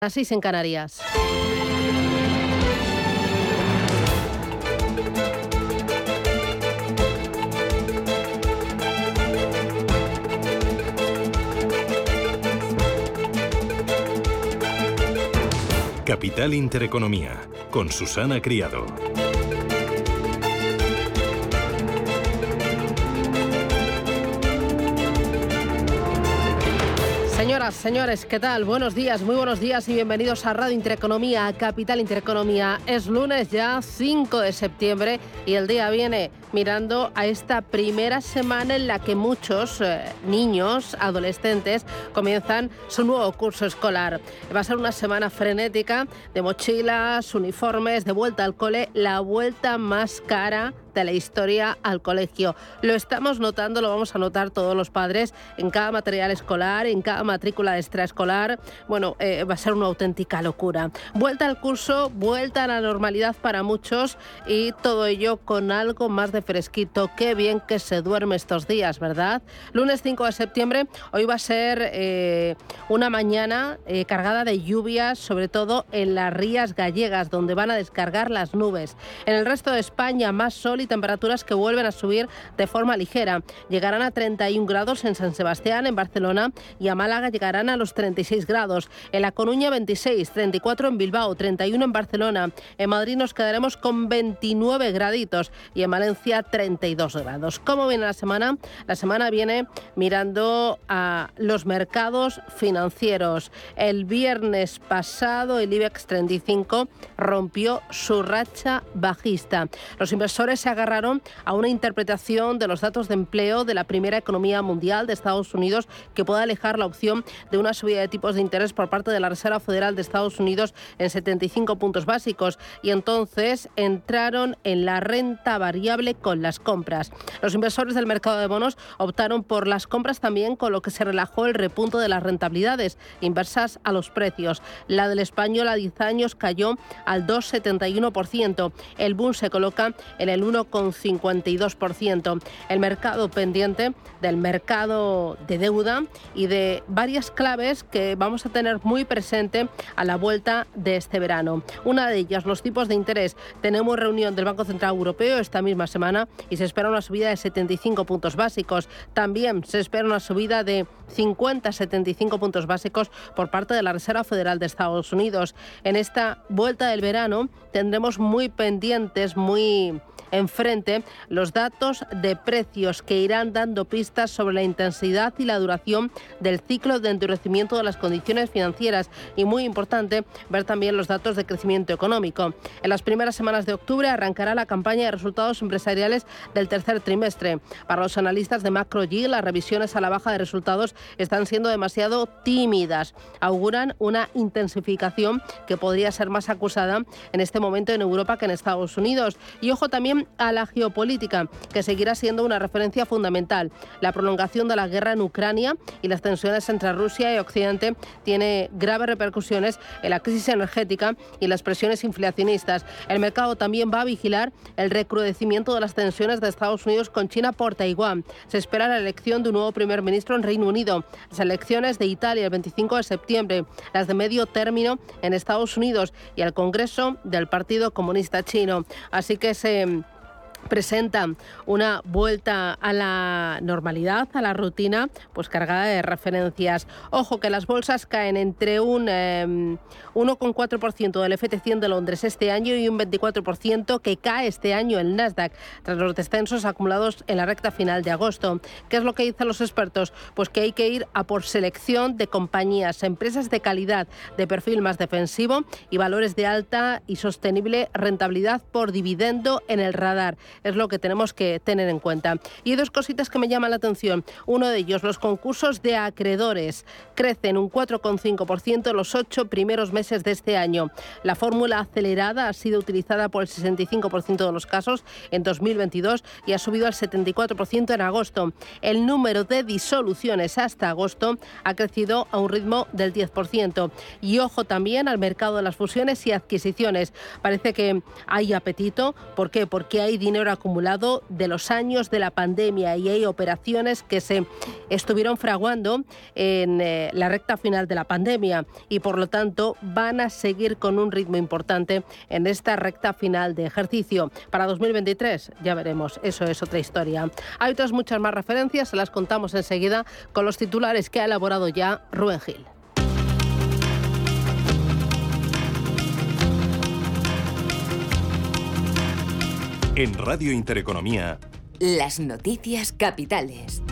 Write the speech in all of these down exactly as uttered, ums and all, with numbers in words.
Las seis en Canarias. Capital Intereconomía, con Susana Criado. Señoras, señores, ¿qué tal? Buenos días, muy buenos días y bienvenidos a Radio Intereconomía, a Capital Intereconomía. Es lunes ya, cinco de septiembre, y el día viene mirando a esta primera semana en la que muchos eh, niños, adolescentes, comienzan su nuevo curso escolar. Va a ser una semana frenética de mochilas, uniformes, de vuelta al cole, la vuelta más cara de la historia al colegio. Lo estamos notando, lo vamos a notar todos los padres en cada material escolar, en cada matrícula de extraescolar. Bueno, eh, va a ser una auténtica locura. Vuelta al curso, vuelta a la normalidad para muchos, y todo ello con algo más de fresquito. Qué bien que se duerme estos días, ¿verdad? Lunes cinco de septiembre, hoy va a ser eh, una mañana eh, cargada de lluvias, sobre todo en las rías gallegas, donde van a descargar las nubes. En el resto de España, más sol y temperaturas que vuelven a subir de forma ligera. Llegarán a treinta y un grados en San Sebastián, en Barcelona, y a Málaga llegarán a los treinta y seis grados. En La Coruña veintiséis, treinta y cuatro en Bilbao, treinta y uno en Barcelona. En Madrid nos quedaremos con veintinueve graditos y en Valencia treinta y dos grados. ¿Cómo viene la semana? La semana viene mirando a los mercados financieros. El viernes pasado el IBEX treinta y cinco rompió su racha bajista. Los inversores se agarraron a una interpretación de los datos de empleo de la primera economía mundial de Estados Unidos que pueda alejar la opción de una subida de tipos de interés por parte de la Reserva Federal de Estados Unidos en setenta y cinco puntos básicos, y entonces entraron en la renta variable con las compras. Los inversores del mercado de bonos optaron por las compras también, con lo que se relajó el repunto de las rentabilidades inversas a los precios. La del español a diez años cayó al dos coma setenta y uno por ciento. El Bund se coloca en el uno coma cincuenta y dos por ciento. El mercado pendiente del mercado de deuda y de varias claves que vamos a tener muy presente a la vuelta de este verano. Una de ellas, los tipos de interés. Tenemos reunión del Banco Central Europeo esta misma semana y se espera una subida de setenta y cinco puntos básicos. También se espera una subida de cincuenta a setenta y cinco puntos básicos por parte de la Reserva Federal de Estados Unidos. En esta vuelta del verano tendremos muy pendientes, muy enfrente, los datos de precios que irán dando pistas sobre la intensidad y la duración del ciclo de endurecimiento de las condiciones financieras, y muy importante ver también los datos de crecimiento económico. En las primeras semanas de octubre arrancará la campaña de resultados empresariales del tercer trimestre. Para los analistas de MacroG, las revisiones a la baja de resultados están siendo demasiado tímidas. Auguran una intensificación que podría ser más acusada en este momento en Europa que en Estados Unidos. Y ojo también a la geopolítica, que seguirá siendo una referencia fundamental. La prolongación de la guerra en Ucrania y las tensiones entre Rusia y Occidente tiene graves repercusiones en la crisis energética y las presiones inflacionistas. El mercado también va a vigilar el recrudecimiento de las tensiones de Estados Unidos con China por Taiwán. Se espera la elección de un nuevo primer ministro en Reino Unido, las elecciones de Italia el veinticinco de septiembre, las de medio término en Estados Unidos y el Congreso del Partido Comunista Chino. Así que se presenta una vuelta a la normalidad, a la rutina, pues cargada de referencias. Ojo que las bolsas caen entre un eh, uno coma cuatro por ciento del F T cien de Londres este año y un veinticuatro por ciento que cae este año el Nasdaq, tras los descensos acumulados en la recta final de agosto. ¿Qué es lo que dicen los expertos? Pues que hay que ir a por selección de compañías, empresas de calidad, de perfil más defensivo y valores de alta y sostenible rentabilidad por dividendo en el radar. Es lo que tenemos que tener en cuenta. Y dos cositas que me llaman la atención. Uno de ellos, los concursos de acreedores crecen un cuatro coma cinco por ciento en los ocho primeros meses de este año. La fórmula acelerada ha sido utilizada por el sesenta y cinco por ciento de los casos en dos mil veintidós y ha subido al setenta y cuatro por ciento en agosto. El número de disoluciones hasta agosto ha crecido a un ritmo del diez por ciento. Y ojo también al mercado de las fusiones y adquisiciones. Parece que hay apetito. ¿Por qué? Porque hay dinero dinero acumulado de los años de la pandemia y hay operaciones que se estuvieron fraguando en eh, la recta final de la pandemia y por lo tanto van a seguir con un ritmo importante en esta recta final de ejercicio. Para dos mil veintitrés ya veremos, eso es otra historia. Hay otras muchas más referencias, se las contamos enseguida con los titulares que ha elaborado ya Rubén Gil. En Radio Intereconomía, las noticias capitales.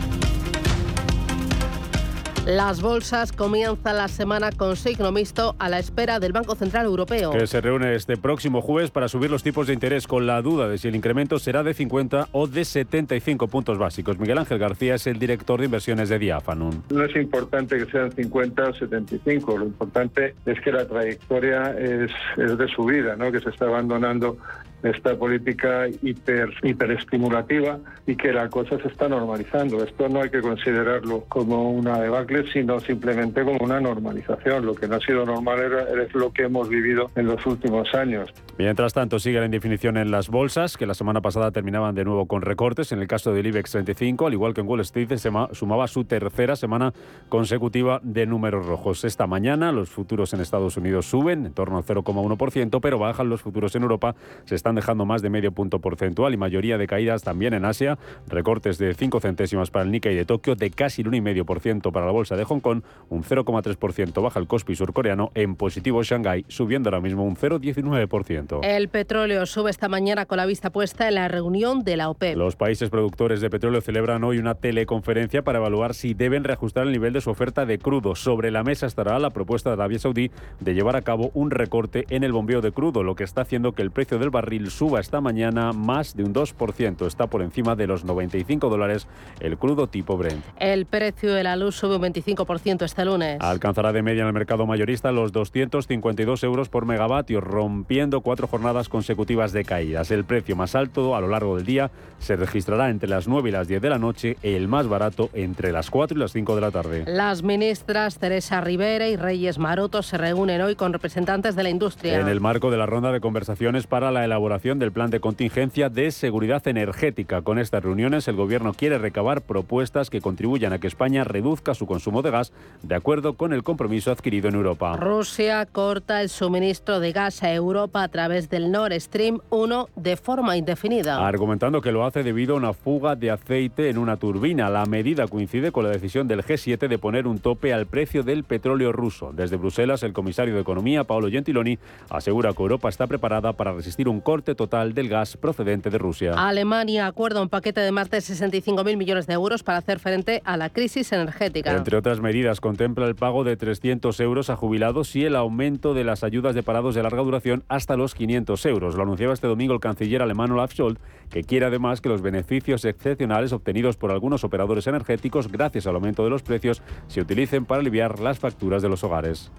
Las bolsas comienzan la semana con signo mixto a la espera del Banco Central Europeo, que se reúne este próximo jueves para subir los tipos de interés con la duda de si el incremento será de cincuenta o de setenta y cinco puntos básicos. Miguel Ángel García es el director de inversiones de Diafanum. No es importante que sean cincuenta o setenta y cinco, lo importante es que la trayectoria es, es de subida, ¿no? Que se está abandonando esta política hiper hiperestimulativa y que la cosa se está normalizando. Esto no hay que considerarlo como una debacle, sino simplemente como una normalización. Lo que no ha sido normal era, es lo que hemos vivido en los últimos años. Mientras tanto, sigue la indefinición en las bolsas, que la semana pasada terminaban de nuevo con recortes. En el caso del IBEX treinta y cinco, al igual que en Wall Street, se sumaba su tercera semana consecutiva de números rojos. Esta mañana los futuros en Estados Unidos suben en torno al cero coma uno por ciento, pero bajan los futuros en Europa. Se están dejando más de medio punto porcentual y mayoría de caídas también en Asia. Recortes de cinco centésimas para el Nikkei de Tokio, de casi el uno coma cinco por ciento para la bolsa de Hong Kong, un cero coma tres por ciento baja el Kospi surcoreano, en positivo Shanghái, subiendo ahora mismo un cero coma diecinueve por ciento. El petróleo sube esta mañana con la vista puesta en la reunión de la OPEP. Los países productores de petróleo celebran hoy una teleconferencia para evaluar si deben reajustar el nivel de su oferta de crudo. Sobre la mesa estará la propuesta de Arabia Saudí de llevar a cabo un recorte en el bombeo de crudo, lo que está haciendo que el precio del barril suba esta mañana más de un dos por ciento. Está por encima de los noventa y cinco dólares el crudo tipo Brent. El precio de la luz sube un veinticinco por ciento este lunes. Alcanzará de media en el mercado mayorista los doscientos cincuenta y dos euros por megavatio, rompiendo cuatro jornadas consecutivas de caídas. El precio más alto a lo largo del día se registrará entre las nueve y las diez de la noche, el más barato entre las cuatro y las cinco de la tarde. Las ministras Teresa Ribera y Reyes Maroto se reúnen hoy con representantes de la industria. En el marco de la ronda de conversaciones para la elaboración del plan de contingencia de seguridad energética. Con estas reuniones, el Gobierno quiere recabar propuestas que contribuyan a que España reduzca su consumo de gas, de acuerdo con el compromiso adquirido en Europa. Rusia corta el suministro de gas a Europa a través del Nord Stream uno de forma indefinida, argumentando que lo hace debido a una fuga de aceite en una turbina. La medida coincide con la decisión del G siete de poner un tope al precio del petróleo ruso. Desde Bruselas, el comisario de Economía, Paolo Gentiloni, asegura que Europa está preparada para resistir un corte total del gas procedente de Rusia. Alemania acuerda un paquete de más de sesenta y cinco mil millones de euros para hacer frente a la crisis energética. Entre otras medidas, contempla el pago de trescientos euros a jubilados y el aumento de las ayudas de parados de larga duración hasta los quinientos euros. Lo anunciaba este domingo el canciller alemán Olaf Scholz, que quiere además que los beneficios excepcionales obtenidos por algunos operadores energéticos gracias al aumento de los precios se utilicen para aliviar las facturas de los hogares.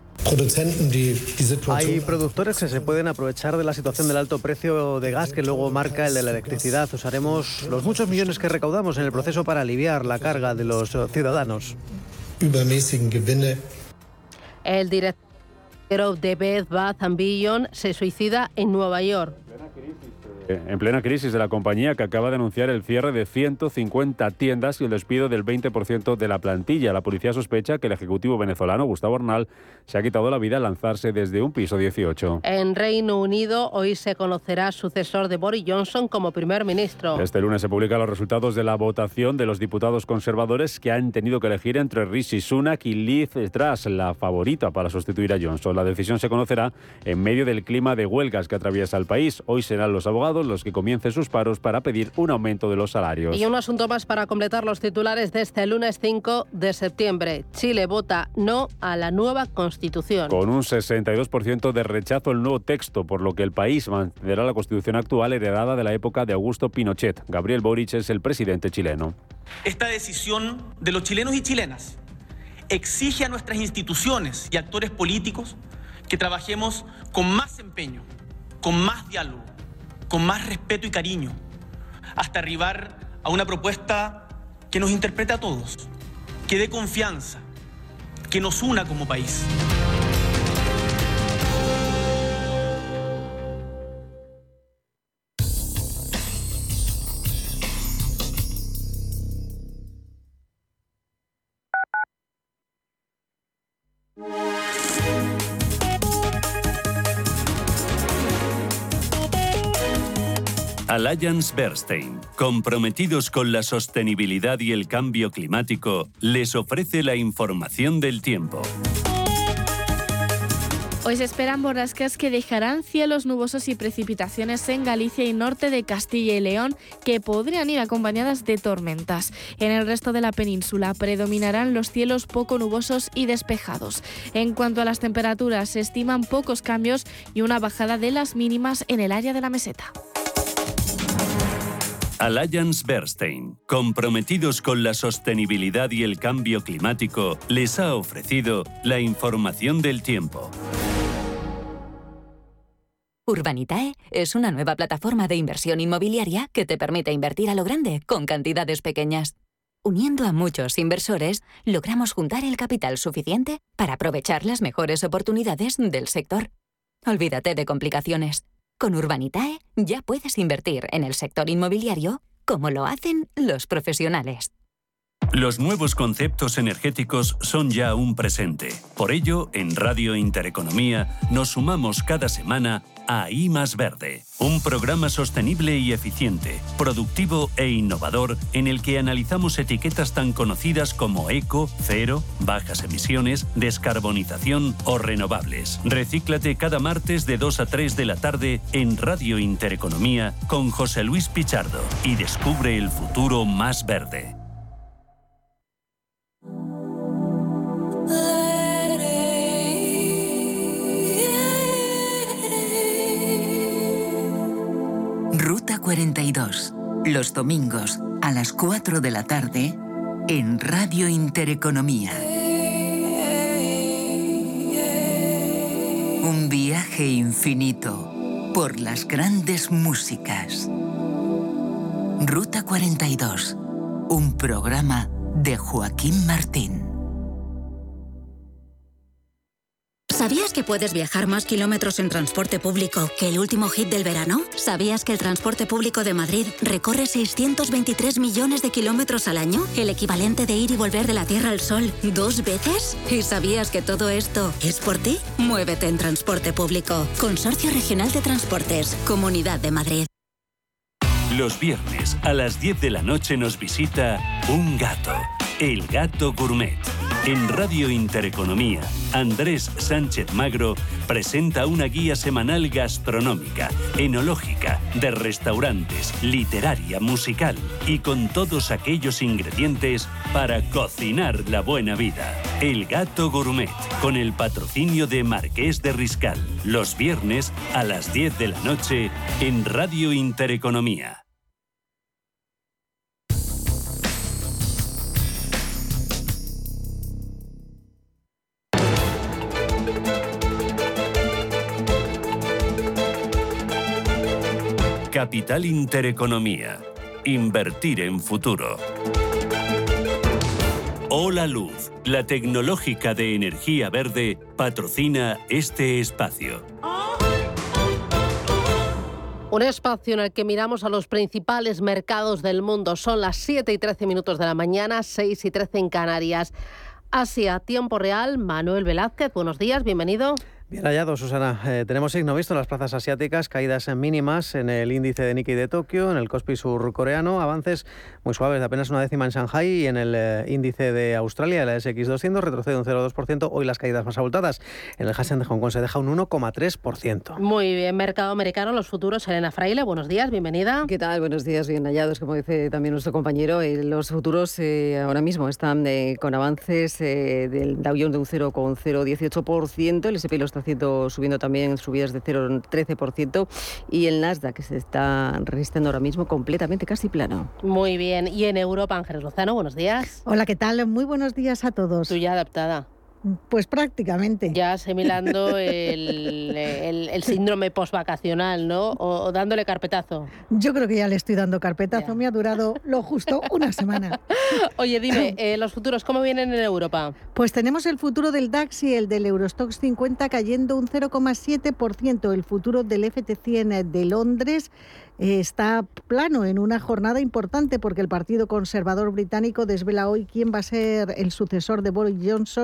Hay productores que se pueden aprovechar de la situación del alto precio de gas que luego marca el de la electricidad. Usaremos los muchos millones que recaudamos en el proceso para aliviar la carga de los ciudadanos. El director de Bed Bath and Beyond se suicida en Nueva York. En plena crisis de la compañía, que acaba de anunciar el cierre de ciento cincuenta tiendas y el despido del veinte por ciento de la plantilla. La policía sospecha que el ejecutivo venezolano Gustavo Arnal se ha quitado la vida al lanzarse desde un piso dieciocho. En Reino Unido, hoy se conocerá sucesor de Boris Johnson como primer ministro. Este lunes se publican los resultados de la votación de los diputados conservadores, que han tenido que elegir entre Rishi Sunak y Liz Truss, la favorita para sustituir a Johnson. La decisión se conocerá en medio del clima de huelgas que atraviesa el país. Hoy serán los abogados los que comiencen sus paros para pedir un aumento de los salarios. Y un asunto más para completar los titulares de este lunes cinco de septiembre. Chile vota no a la nueva Constitución. Con un sesenta y dos por ciento de rechazo al nuevo texto, por lo que el país mantendrá la Constitución actual heredada de la época de Augusto Pinochet. Gabriel Boric es el presidente chileno. Esta decisión de los chilenos y chilenas exige a nuestras instituciones y actores políticos que trabajemos con más empeño, con más diálogo, con más respeto y cariño, hasta arribar a una propuesta que nos interprete a todos, que dé confianza, que nos una como país. Allianz Bernstein, comprometidos con la sostenibilidad y el cambio climático, les ofrece la información del tiempo. Hoy se esperan borrascas que dejarán cielos nubosos y precipitaciones en Galicia y norte de Castilla y León, que podrían ir acompañadas de tormentas. En el resto de la península predominarán los cielos poco nubosos y despejados. En cuanto a las temperaturas, se estiman pocos cambios y una bajada de las mínimas en el área de la meseta. Allianz Bernstein, comprometidos con la sostenibilidad y el cambio climático, les ha ofrecido la información del tiempo. Urbanitae es una nueva plataforma de inversión inmobiliaria que te permite invertir a lo grande con cantidades pequeñas. Uniendo a muchos inversores, logramos juntar el capital suficiente para aprovechar las mejores oportunidades del sector. Olvídate de complicaciones. Con Urbanitae ya puedes invertir en el sector inmobiliario como lo hacen los profesionales. Los nuevos conceptos energéticos son ya un presente. Por ello, en Radio Intereconomía nos sumamos cada semana a I más Verde, un programa sostenible y eficiente, productivo e innovador en el que analizamos etiquetas tan conocidas como eco, cero, bajas emisiones, descarbonización o renovables. Recíclate cada martes de dos a tres de la tarde en Radio Intereconomía con José Luis Pichardo y descubre el futuro más verde. Ruta cuarenta y dos, los domingos a las cuatro de la tarde en Radio Intereconomía. Un viaje infinito por las grandes músicas. Ruta cuarenta y dos, un programa de Joaquín Martín. ¿Sabías que puedes viajar más kilómetros en transporte público que el último hit del verano? ¿Sabías que el transporte público de Madrid recorre seiscientos veintitrés millones de kilómetros al año? ¿El equivalente de ir y volver de la Tierra al Sol dos veces? ¿Y sabías que todo esto es por ti? Muévete en transporte público. Consorcio Regional de Transportes. Comunidad de Madrid. Los viernes a las diez de la noche nos visita un gato, el Gato Gourmet. En Radio Intereconomía, Andrés Sánchez Magro presenta una guía semanal gastronómica, enológica, de restaurantes, literaria, musical y con todos aquellos ingredientes para cocinar la buena vida. El Gato Gourmet, con el patrocinio de Marqués de Riscal, los viernes a las diez de la noche en Radio Intereconomía. Capital Intereconomía. Invertir en futuro. Hola Luz, la tecnológica de energía verde, patrocina este espacio. Un espacio en el que miramos a los principales mercados del mundo. Son las siete y trece minutos de la mañana, seis y trece en Canarias. Asia, tiempo real. Manuel Velázquez, buenos días, bienvenido. Bien hallado, Susana. Eh, tenemos signo visto en las plazas asiáticas, caídas mínimas en el índice de Nikkei de Tokio, en el Kospi surcoreano, avances muy suaves de apenas una décima en Shanghái y en el eh, índice de Australia, la ese equis doscientos, retrocede un cero coma dos por ciento. Hoy las caídas más abultadas. En el Hang Seng de Hong Kong se deja un uno coma tres por ciento. Muy bien, mercado americano, los futuros. Elena Fraile, buenos días, bienvenida. ¿Qué tal? Buenos días, bien hallados, como dice también nuestro compañero. Eh, los futuros eh, ahora mismo están eh, con avances eh, del Dow Jones de un cero coma cero dieciocho por ciento, el ese and pe lo está haciendo subiendo también subidas de cero coma trece por ciento y el Nasdaq que se está resistiendo ahora mismo completamente casi plano. Muy bien. Y en Europa, Ángeles Lozano, buenos días. Hola, ¿qué tal? Muy buenos días a todos. Tú ya adaptada. Pues prácticamente. Ya asimilando el, el, el síndrome postvacacional, ¿no? O, o dándole carpetazo. Yo creo que ya le estoy dando carpetazo. Ya. Me ha durado lo justo una semana. Oye, dime, eh, los futuros, ¿cómo vienen en Europa? Pues tenemos el futuro del DAX y el del Eurostoxx cincuenta cayendo un cero coma siete por ciento. El futuro del efe te cien de Londres está plano en una jornada importante porque el Partido Conservador británico desvela hoy quién va a ser el sucesor de Boris Johnson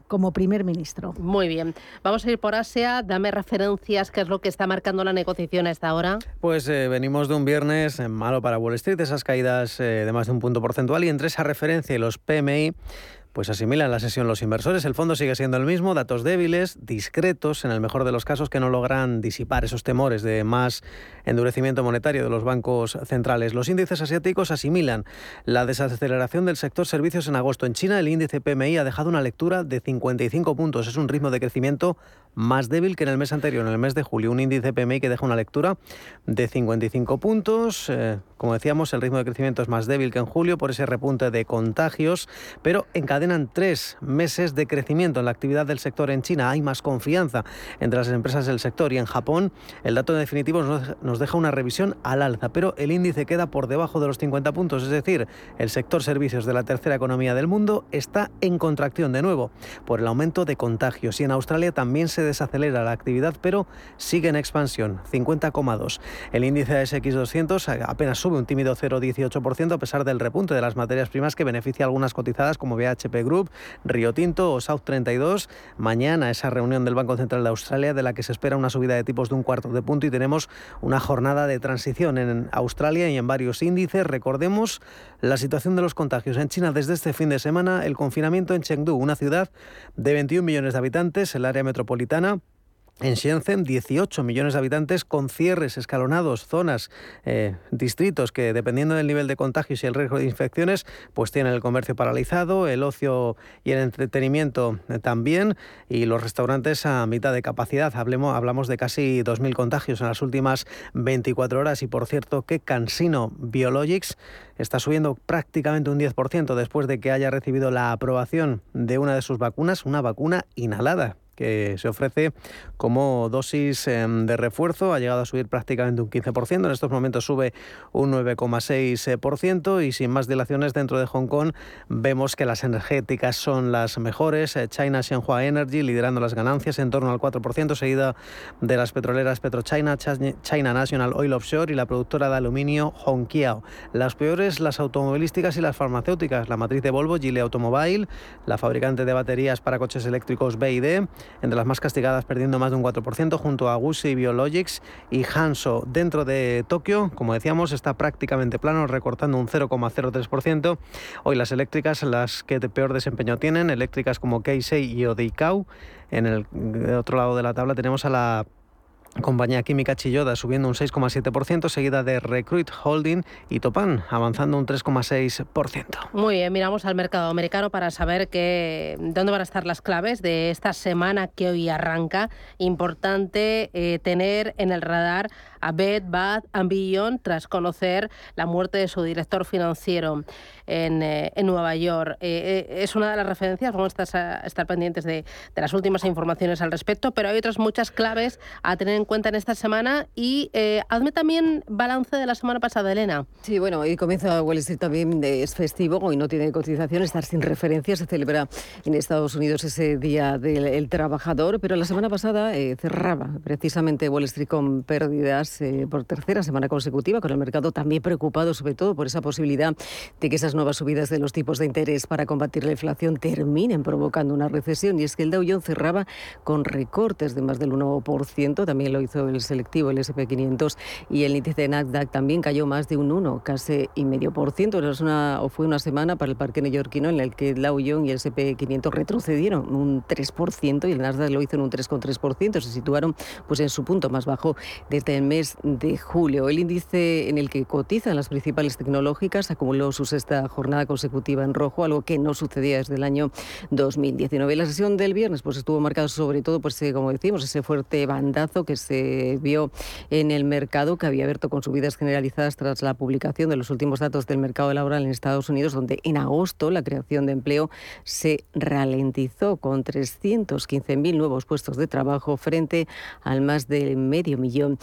como primer ministro. Muy bien. Vamos a ir por Asia. Dame referencias, ¿qué es lo que está marcando la negociación a esta hora? Pues eh, venimos de un viernes malo para Wall Street, esas caídas eh, de más de un punto porcentual, y entre esa referencia y los P M I, pues asimilan la sesión los inversores. El fondo sigue siendo el mismo, datos débiles, discretos, en el mejor de los casos, que no logran disipar esos temores de más endurecimiento monetario de los bancos centrales. Los índices asiáticos asimilan la desaceleración del sector servicios en agosto. En China, el índice P M I ha dejado una lectura de cincuenta y cinco puntos. Es un ritmo de crecimiento más débil que en el mes anterior, en el mes de julio. Un índice P M I que deja una lectura de cincuenta y cinco puntos. Eh, como decíamos, el ritmo de crecimiento es más débil que en julio por ese repunte de contagios, pero encadenan tres meses de crecimiento en la actividad del sector en China. Hay más confianza entre las empresas del sector, y en Japón el dato definitivo nos, nos deja una revisión al alza, pero el índice queda por debajo de los cincuenta puntos, es decir, el sector servicios de la tercera economía del mundo está en contracción de nuevo por el aumento de contagios, y en Australia también se desacelera la actividad, pero sigue en expansión, cincuenta coma dos. El índice A S X doscientos apenas sube un tímido cero coma dieciocho por ciento a pesar del repunte de las materias primas que beneficia a algunas cotizadas como B H P Group, Río Tinto o South treinta y dos. Mañana esa reunión del Banco Central de Australia, de la que se espera una subida de tipos de un cuarto de punto, y tenemos una jornada de transición en Australia y en varios índices. Recordemos la situación de los contagios en China desde este fin de semana. El confinamiento en Chengdu, una ciudad de veintiún millones de habitantes, el área metropolitana. En Shenzhen, dieciocho millones de habitantes, con cierres escalonados, zonas, eh, distritos que, dependiendo del nivel de contagios y el riesgo de infecciones, pues tienen el comercio paralizado, el ocio y el entretenimiento eh, también, y los restaurantes a mitad de capacidad. Hablemos, hablamos de casi dos mil contagios en las últimas veinticuatro horas, y por cierto que CanSino Biologics está subiendo prácticamente un diez por ciento después de que haya recibido la aprobación de una de sus vacunas, una vacuna inhalada que se ofrece como dosis eh, de refuerzo. Ha llegado a subir prácticamente un quince por ciento, en estos momentos sube un nueve coma seis por ciento, y sin más dilaciones dentro de Hong Kong vemos que las energéticas son las mejores. China Shenhua Energy liderando las ganancias en torno al cuatro por ciento, seguida de las petroleras PetroChina, China National Oil Offshore y la productora de aluminio Hongqiao. Las peores, las automovilísticas y las farmacéuticas, la matriz de Volvo, Geely Automobile, la fabricante de baterías para coches eléctricos B Y D, entre las más castigadas, perdiendo más de un cuatro por ciento, junto a Gushi Biologics y Hanso. Dentro de Tokio, como decíamos, está prácticamente plano, recortando un cero coma cero tres por ciento. Hoy las eléctricas, las que peor desempeño tienen, eléctricas como Keisei y Odeikao. En el otro lado de la tabla tenemos a la compañía química Chiyoda subiendo un seis coma siete por ciento, seguida de Recruit Holding y Toppan avanzando un tres coma seis por ciento. Muy bien, miramos al mercado americano para saber que, dónde van a estar las claves de esta semana que hoy arranca. Importante eh, tener en el radar a Bed Bath and Beyond tras conocer la muerte de su director financiero en, eh, en Nueva York. Eh, eh, es una de las referencias, vamos a estar, a estar pendientes de, de las últimas informaciones al respecto, pero hay otras muchas claves a tener en cuenta en esta semana. Y eh, hazme también balance de la semana pasada, Elena. Sí, bueno, hoy comienza Wall Street también, es festivo, hoy no tiene cotización, estar sin referencia, se celebra en Estados Unidos ese Día del el Trabajador, pero la semana pasada eh, cerraba precisamente Wall Street con pérdidas eh, por tercera semana consecutiva, con el mercado también preocupado sobre todo por esa posibilidad de que esas nuevas subidas de los tipos de interés para combatir la inflación terminen provocando una recesión. Y es que el Dow Jones cerraba con recortes de más del uno por ciento, también lo hizo el selectivo, el ese and pe quinientos, y el índice de Nasdaq también cayó más de un uno, casi y medio por ciento. Es una, o fue una semana para el parque neoyorquino en la que el Dow Jones y el ese and pe quinientos retrocedieron un tres por ciento y el Nasdaq lo hizo en un tres coma tres por ciento. Se situaron pues en su punto más bajo desde el mes de julio. El índice en el que cotizan las principales tecnológicas acumuló su sexta jornada consecutiva en rojo, algo que no sucedía desde el año dos mil diecinueve. La sesión del viernes pues estuvo marcada sobre todo, pues como decimos, ese fuerte bandazo que se vio en el mercado, que había abierto con subidas generalizadas tras la publicación de los últimos datos del mercado laboral en Estados Unidos, donde en agosto la creación de empleo se ralentizó con trescientos quince mil nuevos puestos de trabajo frente al más del medio millón del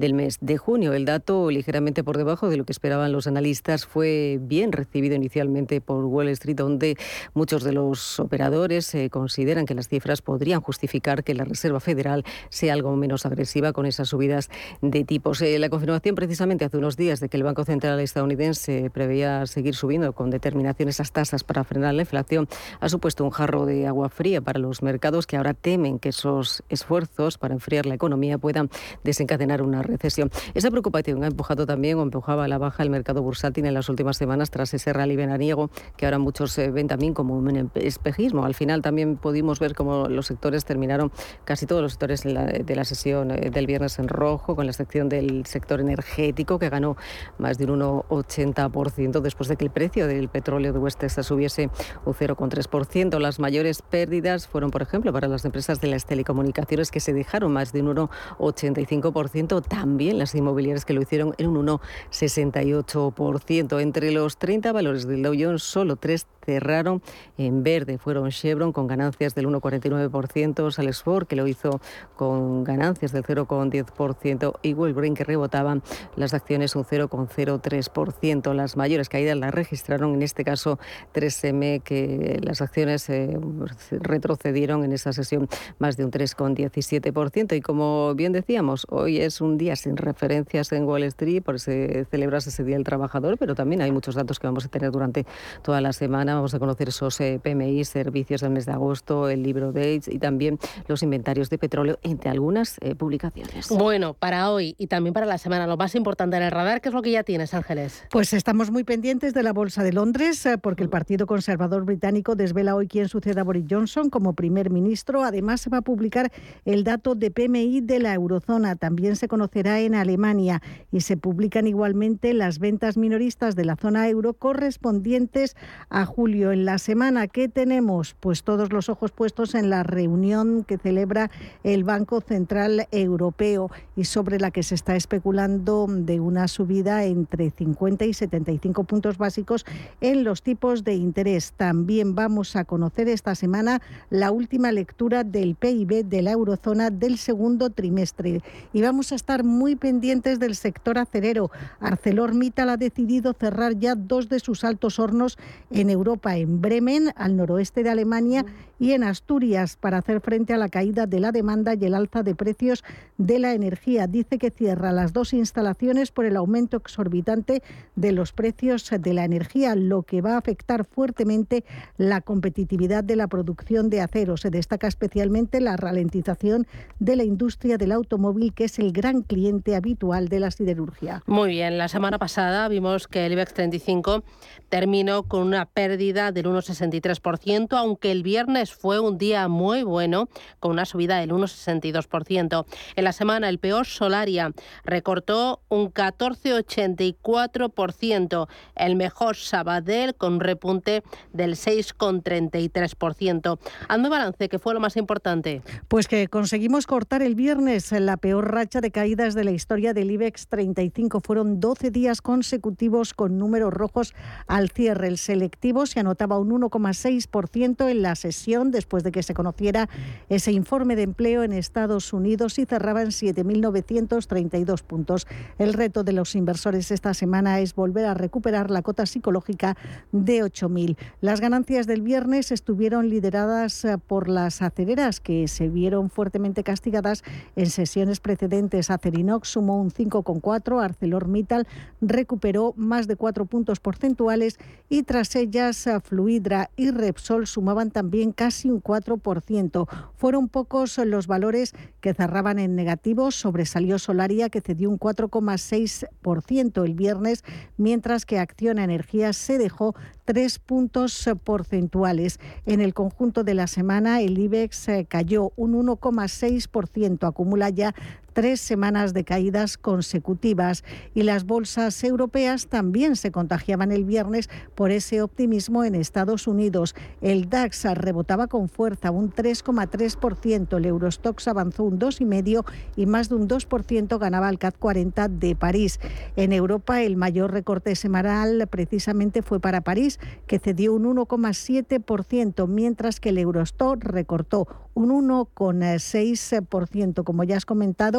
del mes de junio. El dato, ligeramente por debajo de lo que esperaban los analistas, fue bien recibido inicialmente por Wall Street, donde muchos de los operadores eh, consideran que las cifras podrían justificar que la Reserva Federal sea algo menos agresiva con esas subidas de tipos. Eh, la confirmación precisamente hace unos días de que el Banco Central estadounidense preveía seguir subiendo con determinación esas tasas para frenar la inflación ha supuesto un jarro de agua fría para los mercados, que ahora temen que esos esfuerzos para enfriar la economía puedan desencadenar una recesión. Esa preocupación ha empujado también o empujaba a la baja el mercado bursátil en las últimas semanas tras ese rally veraniego que ahora muchos eh, ven también como un espejismo. Al final también pudimos ver cómo los sectores terminaron, casi todos los sectores de la, de la sesión eh, del viernes en rojo, con la excepción del sector energético, que ganó más de un uno coma ochenta por ciento después de que el precio del petróleo de West Texas subiese un cero coma tres por ciento. Las mayores pérdidas fueron, por ejemplo, para las empresas de las telecomunicaciones, que se dejaron más de un uno coma ochenta y cinco por ciento. También las inmobiliarias, que lo hicieron en un uno coma sesenta y ocho por ciento. Entre los treinta valores del Dow Jones, solo tres cerraron en verde. Fueron Chevron con ganancias del uno coma cuarenta y nueve por ciento, Salesforce, que lo hizo con ganancias del cero coma diez por ciento, y Wellbrain, que rebotaban las acciones un cero coma cero tres por ciento. Las mayores caídas las registraron en este caso tres eme, que las acciones eh, retrocedieron en esa sesión más de un tres coma diecisiete por ciento. Y como bien decíamos, hoy es un día sin referencias en Wall Street, por se celebrase ese Día del Trabajador, pero también hay muchos datos que vamos a tener durante toda la semana. Vamos a conocer esos eh, P M I, servicios del mes de agosto, el libro Dates y también los inventarios de petróleo, entre algunas eh, publicaciones. Bueno, para hoy y también para la semana, lo más importante en el radar, ¿qué es lo que ya tienes, Ángeles? Pues estamos muy pendientes de la Bolsa de Londres, porque el Partido Conservador británico desvela hoy quién sucede a Boris Johnson como primer ministro. Además, se va a publicar el dato de P M I de la eurozona. También se conocerá en Alemania, y se publican igualmente las ventas minoristas de la zona euro correspondientes a julio. En la semana que tenemos, pues todos los ojos puestos en la reunión que celebra el Banco Central Europeo, y sobre la que se está especulando de una subida entre cincuenta y setenta y cinco puntos básicos en los tipos de interés. También vamos a conocer esta semana la última lectura del P I B de la eurozona del segundo trimestre, y vamos a estar muy pendientes del sector acerero. ArcelorMittal ha decidido cerrar ya dos de sus altos hornos en Europa, en Bremen, al noroeste de Alemania, y en Asturias, para hacer frente a la caída de la demanda y el alza de precios de la energía. Dice que cierra las dos instalaciones por el aumento exorbitante de los precios de la energía, lo que va a afectar fuertemente la competitividad de la producción de acero. Se destaca especialmente la ralentización de la industria del automóvil, que es el gran cliente habitual de la siderurgia. Muy bien, la semana pasada vimos que el IBEX treinta y cinco terminó con una pérdida del uno coma sesenta y tres por ciento, aunque el viernes fue un día muy bueno, con una subida del uno coma sesenta y dos por ciento. En la semana, el peor Solaria recortó un catorce coma ochenta y cuatro por ciento, el mejor Sabadell con un repunte del seis coma treinta y tres por ciento. Hazme balance, ¿qué fue lo más importante? Pues que conseguimos cortar el viernes la peor racha de caídas de la historia del IBEX treinta y cinco. Fueron doce días consecutivos con números rojos al cierre. El selectivo se anotaba un uno coma seis por ciento en la sesión, después de que se conociera ese informe de empleo en Estados Unidos, y cerraba en siete mil novecientos treinta y dos puntos. El reto de los inversores esta semana es volver a recuperar la cota psicológica de ocho mil. Las ganancias del viernes estuvieron lideradas por las acereras, que se vieron fuertemente castigadas en sesiones precedentes. Acerinox sumó un cinco coma cuatro, ArcelorMittal recuperó más de cuatro puntos porcentuales, y tras ellas Fluidra y Repsol sumaban también casi un cuatro por ciento. Fueron pocos los valores que cerraban en negativo. Sobresalió Solaria, que cedió un cuatro coma seis por ciento el viernes, mientras que Acciona Energía se dejó tres puntos porcentuales. En el conjunto de la semana, el IBEX cayó un uno coma seis por ciento, acumula ya tres semanas de caídas consecutivas, y las bolsas europeas también se contagiaban el viernes por ese optimismo en Estados Unidos. El DAX rebotaba con fuerza un tres coma tres por ciento, el Eurostoxx avanzó un dos coma cinco por ciento y más de un dos por ciento ganaba el C A C cuarenta de París. En Europa, el mayor recorte semanal precisamente fue para París, que cedió un uno coma siete por ciento, mientras que el Eurostoxx recortó un uno coma seis por ciento. Como ya has comentado,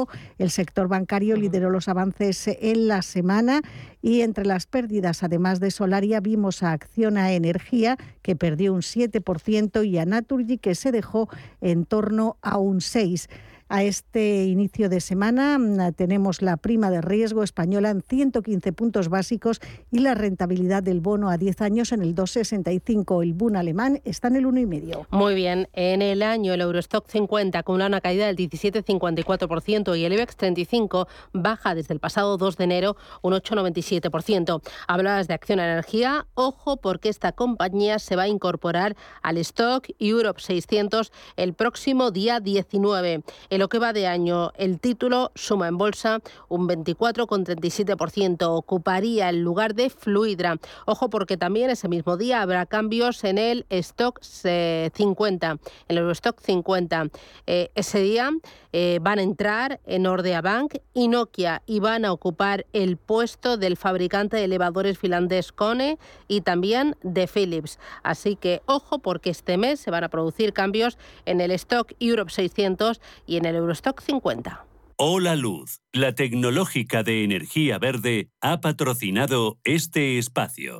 El sector bancario lideró los avances en la semana y entre las pérdidas, además de Solaria, vimos a Acciona Energía, que perdió un siete por ciento, y a Naturgy, que se dejó en torno a un seis por ciento. A este inicio de semana tenemos la prima de riesgo española en ciento quince puntos básicos y la rentabilidad del bono a diez años en el dos coma sesenta y cinco. El Bund alemán está en el uno coma cinco. Muy bien. En el año el Eurostock cincuenta acumula una caída del diecisiete coma cincuenta y cuatro por ciento y el IBEX treinta y cinco baja desde el pasado dos de enero un ocho coma noventa y siete por ciento. Hablabas de Acciona Energía. Ojo, porque esta compañía se va a incorporar al Stock Europe seiscientos el próximo día diecinueve. El lo que va de año, el título suma en bolsa un veinticuatro coma treinta y siete por ciento. Ocuparía el lugar de Fluidra. Ojo, porque también ese mismo día habrá cambios en el Stock cincuenta, en el Eurostock cincuenta. Eh, ese día eh, van a entrar en Nordea Bank y Nokia y van a ocupar el puesto del fabricante de elevadores finlandés Kone y también de Philips. Así que ojo, porque este mes se van a producir cambios en el Stock Europe seiscientos y en el Eurostock cincuenta. Hola Luz, la tecnológica de energía verde, ha patrocinado este espacio.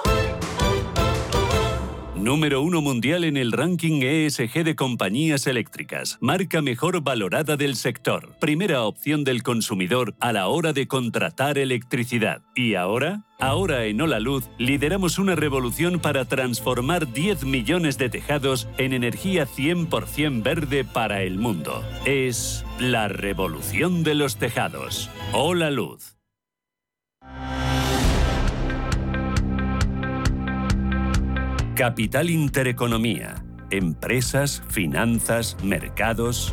Número uno mundial en el ranking E S G de compañías eléctricas. Marca mejor valorada del sector. Primera opción del consumidor a la hora de contratar electricidad. ¿Y ahora? Ahora en Hola Luz lideramos una revolución para transformar diez millones de tejados en energía cien por ciento verde para el mundo. Es la revolución de los tejados. Hola Luz. Capital Intereconomía. Empresas, finanzas, mercados.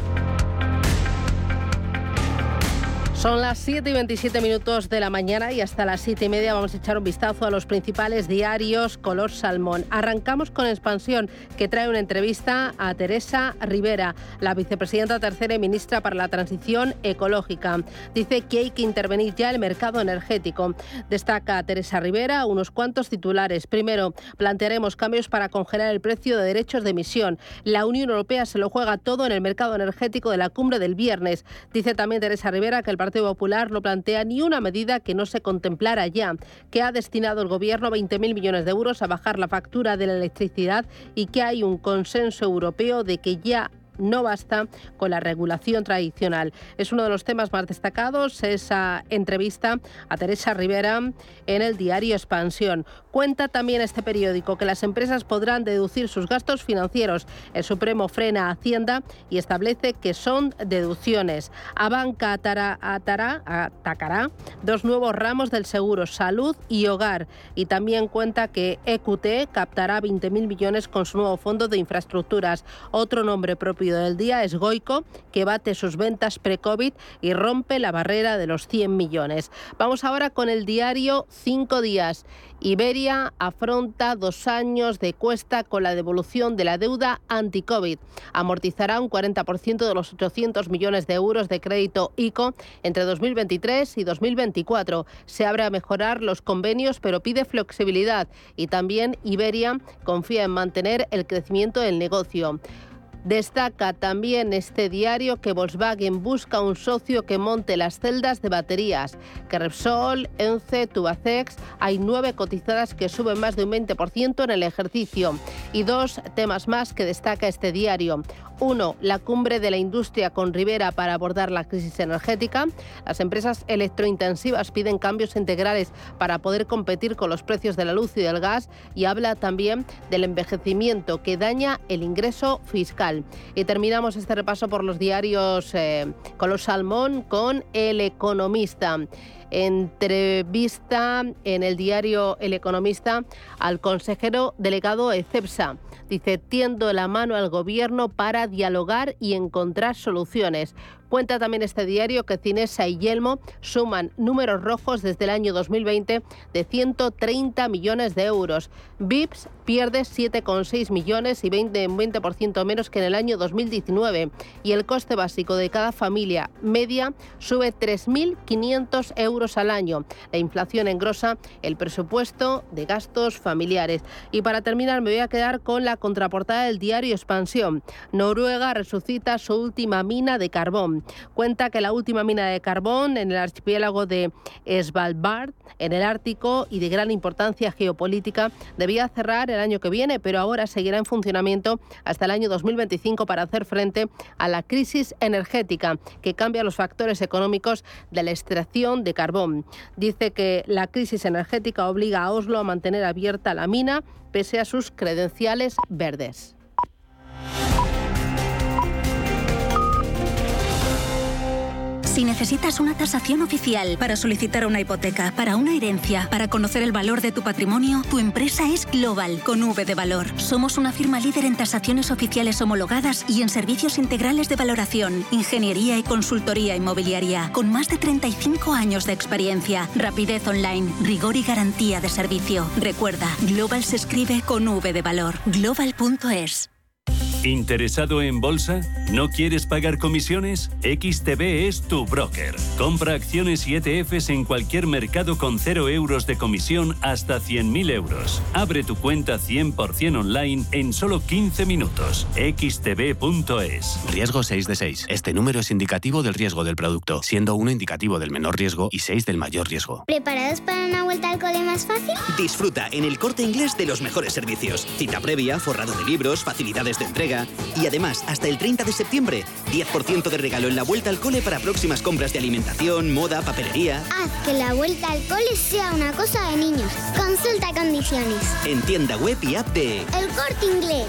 Son las siete y veintisiete minutos de la mañana y hasta las siete y media vamos a echar un vistazo a los principales diarios color salmón. Arrancamos con Expansión, que trae una entrevista a Teresa Rivera, la vicepresidenta tercera y ministra para la Transición Ecológica. Dice que hay que intervenir ya el mercado energético. Destaca Teresa Rivera unos cuantos titulares. Primero, plantearemos cambios para congelar el precio de derechos de emisión. La Unión Europea se lo juega todo en el mercado energético de la cumbre del viernes. Dice también Teresa Rivera que el Partido Popular no plantea ni una medida que no se contemplara ya, que ha destinado el Gobierno veinte mil millones de euros a bajar la factura de la electricidad y que hay un consenso europeo de que ya no basta con la regulación tradicional. Es uno de los temas más destacados esa entrevista a Teresa Rivera en el diario Expansión. Cuenta también este periódico que las empresas podrán deducir sus gastos financieros. El Supremo frena a Hacienda y establece que son deducciones. Abanca atará, atará, atacará dos nuevos ramos del seguro, salud y hogar. Y también cuenta que E Q T captará veinte mil millones con su nuevo fondo de infraestructuras. Otro nombre propio del día es Goico, que bate sus ventas pre-COVID y rompe la barrera de los cien millones. Vamos ahora con el diario Cinco Días. Iberia afronta dos años de cuesta con la devolución de la deuda anti-COVID. Amortizará un cuarenta por ciento de los ochocientos millones de euros de crédito I C O entre dos mil veintitrés y dos mil veinticuatro. Se abre a mejorar los convenios, pero pide flexibilidad. Y también Iberia confía en mantener el crecimiento del negocio. Destaca también este diario que Volkswagen busca un socio que monte las celdas de baterías, que Repsol, Ence, Tubacex, hay nueve cotizadas que suben más de un veinte por ciento en el ejercicio. Y dos temas más que destaca este diario. Uno, la cumbre de la industria con Rivera para abordar la crisis energética. Las empresas electrointensivas piden cambios integrales para poder competir con los precios de la luz y del gas y habla también del envejecimiento que daña el ingreso fiscal. Y terminamos este repaso por los diarios eh, color salmón con El Economista. Entrevista en el diario El Economista al consejero delegado de CEPSA. Dice, tiendo la mano al gobierno para dialogar y encontrar soluciones. Cuenta también este diario que Cinesa y Yelmo suman números rojos desde el año dos mil veinte de ciento treinta millones de euros. Vips pierde siete coma seis millones y veinte, veinte por ciento menos que en el año dos mil diecinueve. Y el coste básico de cada familia media sube tres mil quinientos euros al año. La inflación engrosa el presupuesto de gastos familiares. Y para terminar me voy a quedar con la contraportada del diario Expansión. Noruega resucita su última mina de carbón. Cuenta que la última mina de carbón en el archipiélago de Svalbard, en el Ártico, y de gran importancia geopolítica, debía cerrar el año que viene, pero ahora seguirá en funcionamiento hasta el año dos mil veinticinco para hacer frente a la crisis energética que cambia los factores económicos de la extracción de carbón. Dice que la crisis energética obliga a Oslo a mantener abierta la mina pese a sus credenciales verdes. Si necesitas una tasación oficial para solicitar una hipoteca, para una herencia, para conocer el valor de tu patrimonio, tu empresa es Global, con V de valor. Somos una firma líder en tasaciones oficiales homologadas y en servicios integrales de valoración, ingeniería y consultoría inmobiliaria, con más de treinta y cinco años de experiencia, rapidez online, rigor y garantía de servicio. Recuerda, Global se escribe con V de valor. global punto es. ¿Interesado en bolsa? ¿No quieres pagar comisiones? X T B es tu broker. Compra acciones y E T Fs en cualquier mercado con cero euros de comisión hasta cien mil euros. Abre tu cuenta cien por ciento online en solo quince minutos. X T B punto es. Riesgo seis de seis. Este número es indicativo del riesgo del producto, siendo uno indicativo del menor riesgo y seis del mayor riesgo. ¿Preparados para una vuelta al cole más fácil? Disfruta en El Corte Inglés de los mejores servicios. Cita previa, forrado de libros, facilidades de entrega. Y además, hasta el treinta de septiembre, diez por ciento de regalo en la vuelta al cole para próximas compras de alimentación, moda, papelería. Haz que la vuelta al cole sea una cosa de niños. Consulta condiciones. En tienda web y app de El Corte Inglés.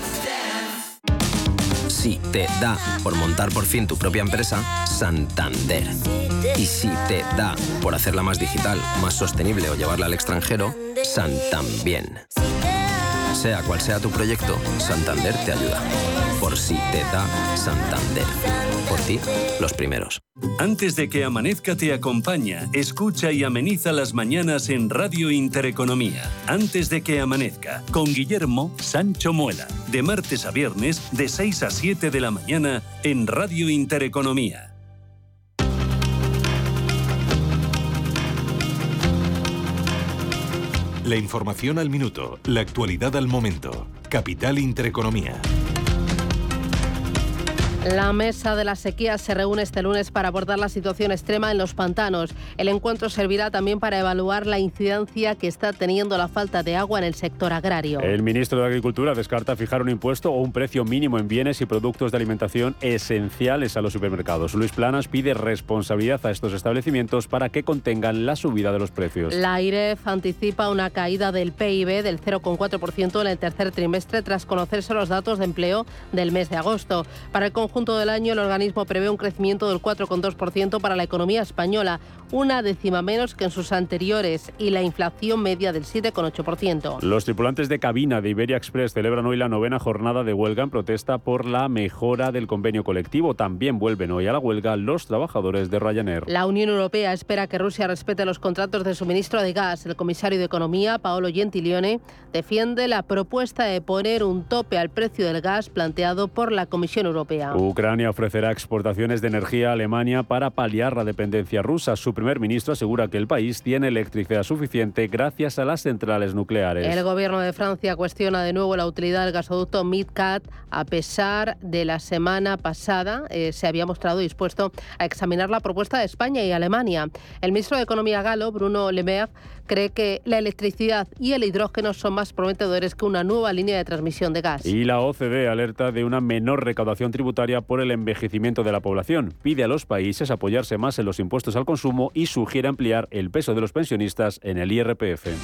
Si te da por montar por fin tu propia empresa, Santander. Y si te da por hacerla más digital, más sostenible o llevarla al extranjero, Santambién. Sea cual sea tu proyecto, Santander te ayuda. Por si te da Santander. Por ti, los primeros. Antes de que amanezca te acompaña, escucha y ameniza las mañanas en Radio Intereconomía. Antes de que amanezca, con Guillermo Sancho Muela. De martes a viernes, de seis a siete de la mañana, en Radio Intereconomía. La información al minuto, la actualidad al momento. Capital Intereconomía. La mesa de la sequía se reúne este lunes para abordar la situación extrema en los pantanos. El encuentro servirá también para evaluar la incidencia que está teniendo la falta de agua en el sector agrario. El ministro de Agricultura descarta fijar un impuesto o un precio mínimo en bienes y productos de alimentación esenciales a los supermercados. Luis Planas pide responsabilidad a estos establecimientos para que contengan la subida de los precios. La AIREF anticipa una caída del P I B del cero coma cuatro por ciento en el tercer trimestre tras conocerse los datos de empleo del mes de agosto. Para el conjunto del año, el organismo prevé un crecimiento del cuatro coma dos por ciento para la economía española, una décima menos que en sus anteriores, y la inflación media del siete coma ocho por ciento. Los tripulantes de cabina de Iberia Express celebran hoy la novena jornada de huelga en protesta por la mejora del convenio colectivo. También vuelven hoy a la huelga los trabajadores de Ryanair. La Unión Europea espera que Rusia respete los contratos de suministro de gas. El comisario de Economía, Paolo Gentiloni, defiende la propuesta de poner un tope al precio del gas planteado por la Comisión Europea. Ucrania ofrecerá exportaciones de energía a Alemania para paliar la dependencia rusa. Su primer ministro asegura que el país tiene electricidad suficiente gracias a las centrales nucleares. El gobierno de Francia cuestiona de nuevo la utilidad del gasoducto MidCat, a pesar de la semana pasada eh, se había mostrado dispuesto a examinar la propuesta de España y Alemania. El ministro de Economía galo, Bruno Le Maire, cree que la electricidad y el hidrógeno son más prometedores que una nueva línea de transmisión de gas. Y la O C D E alerta de una menor recaudación tributaria por el envejecimiento de la población. Pide a los países apoyarse más en los impuestos al consumo y sugiere ampliar el peso de los pensionistas en el I R P F.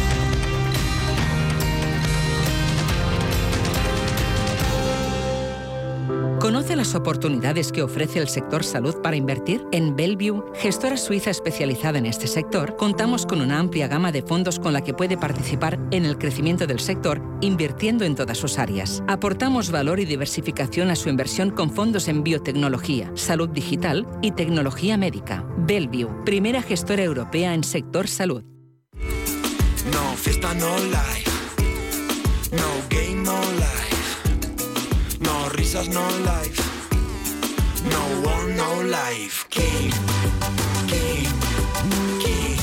¿Conoce las oportunidades que ofrece el sector salud para invertir? En Bellevue, gestora suiza especializada en este sector, contamos con una amplia gama de fondos con la que puede participar en el crecimiento del sector, invirtiendo en todas sus áreas. Aportamos valor y diversificación a su inversión con fondos en biotecnología, salud digital y tecnología médica. Bellevue, primera gestora europea en sector salud. No fiesta, no life. No game, no life. No risas, no life. No one, no life. King, king, king.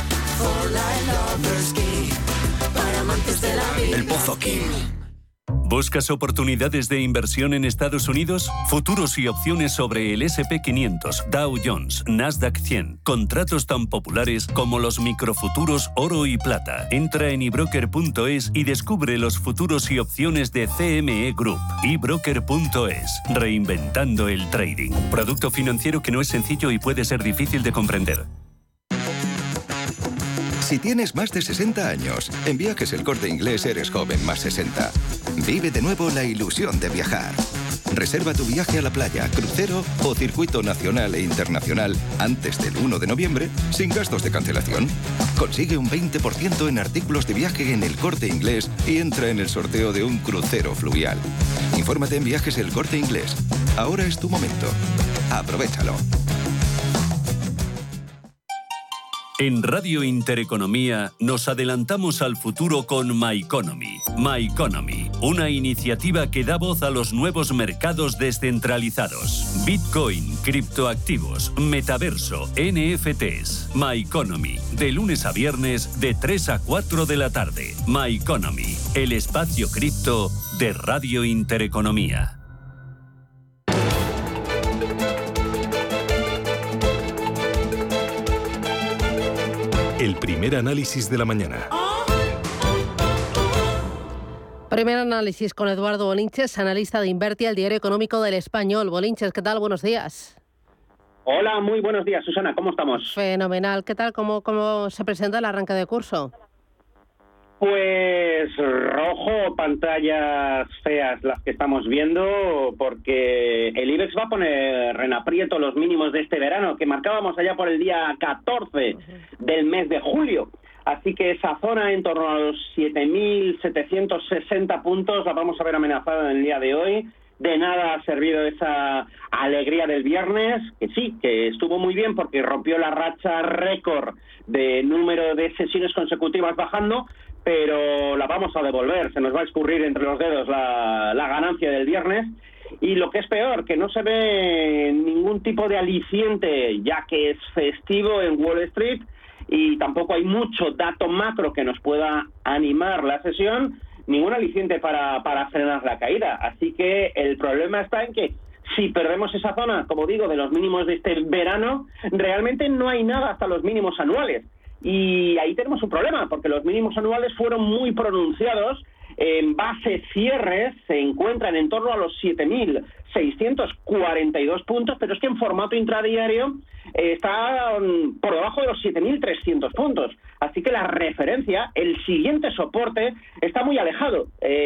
For life lovers, king. Para amantes de la vida. El Pozo King. ¿Buscas oportunidades de inversión en Estados Unidos? Futuros y opciones sobre el ese and pe quinientos, Dow Jones, Nasdaq cien. Contratos tan populares como los microfuturos oro y plata. Entra en i broker punto es y descubre los futuros y opciones de ce eme e Group. i broker punto es. Reinventando el trading. Producto financiero que no es sencillo y puede ser difícil de comprender. Si tienes más de sesenta años, en Viajes El Corte Inglés eres joven más sesenta. Vive de nuevo la ilusión de viajar. Reserva tu viaje a la playa, crucero o circuito nacional e internacional antes del uno de noviembre sin gastos de cancelación. Consigue un veinte por ciento en artículos de viaje en El Corte Inglés y entra en el sorteo de un crucero fluvial. Infórmate en Viajes El Corte Inglés. Ahora es tu momento. Aprovéchalo. En Radio Intereconomía nos adelantamos al futuro con MyEconomy. MyEconomy, una iniciativa que da voz a los nuevos mercados descentralizados. Bitcoin, criptoactivos, metaverso, ene efe tees. MyEconomy, de lunes a viernes de tres a cuatro de la tarde. MyEconomy, el espacio cripto de Radio Intereconomía. El primer análisis de la mañana. Primer análisis con Eduardo Bolinches, analista de Invertia, el diario económico del Español. Bolinches, ¿qué tal? Buenos días. Hola, muy buenos días, Susana. ¿Cómo estamos? Fenomenal. ¿Qué tal? ¿Cómo, cómo se presenta el arranque de curso? Pues rojo, pantallas feas las que estamos viendo, porque el IBEX va a poner en aprieto los mínimos de este verano, que marcábamos allá por el día catorce del mes de julio. Así que esa zona en torno a los siete mil setecientos sesenta puntos la vamos a ver amenazada en el día de hoy. De nada ha servido esa alegría del viernes, que sí, que estuvo muy bien porque rompió la racha récord de número de sesiones consecutivas bajando, pero la vamos a devolver, se nos va a escurrir entre los dedos la, la ganancia del viernes. Y lo que es peor, que no se ve ningún tipo de aliciente, ya que es festivo en Wall Street, y tampoco hay mucho dato macro que nos pueda animar la sesión, ningún aliciente para, para frenar la caída. Así que el problema está en que si perdemos esa zona, como digo, de los mínimos de este verano, realmente no hay nada hasta los mínimos anuales. Y ahí tenemos un problema, porque los mínimos anuales fueron muy pronunciados. En base cierres se encuentran en torno a los siete mil seiscientos cuarenta y dos puntos, pero es que en formato intradiario eh, está um, por debajo de los siete mil trescientos puntos. Así que la referencia, el siguiente soporte, está muy alejado.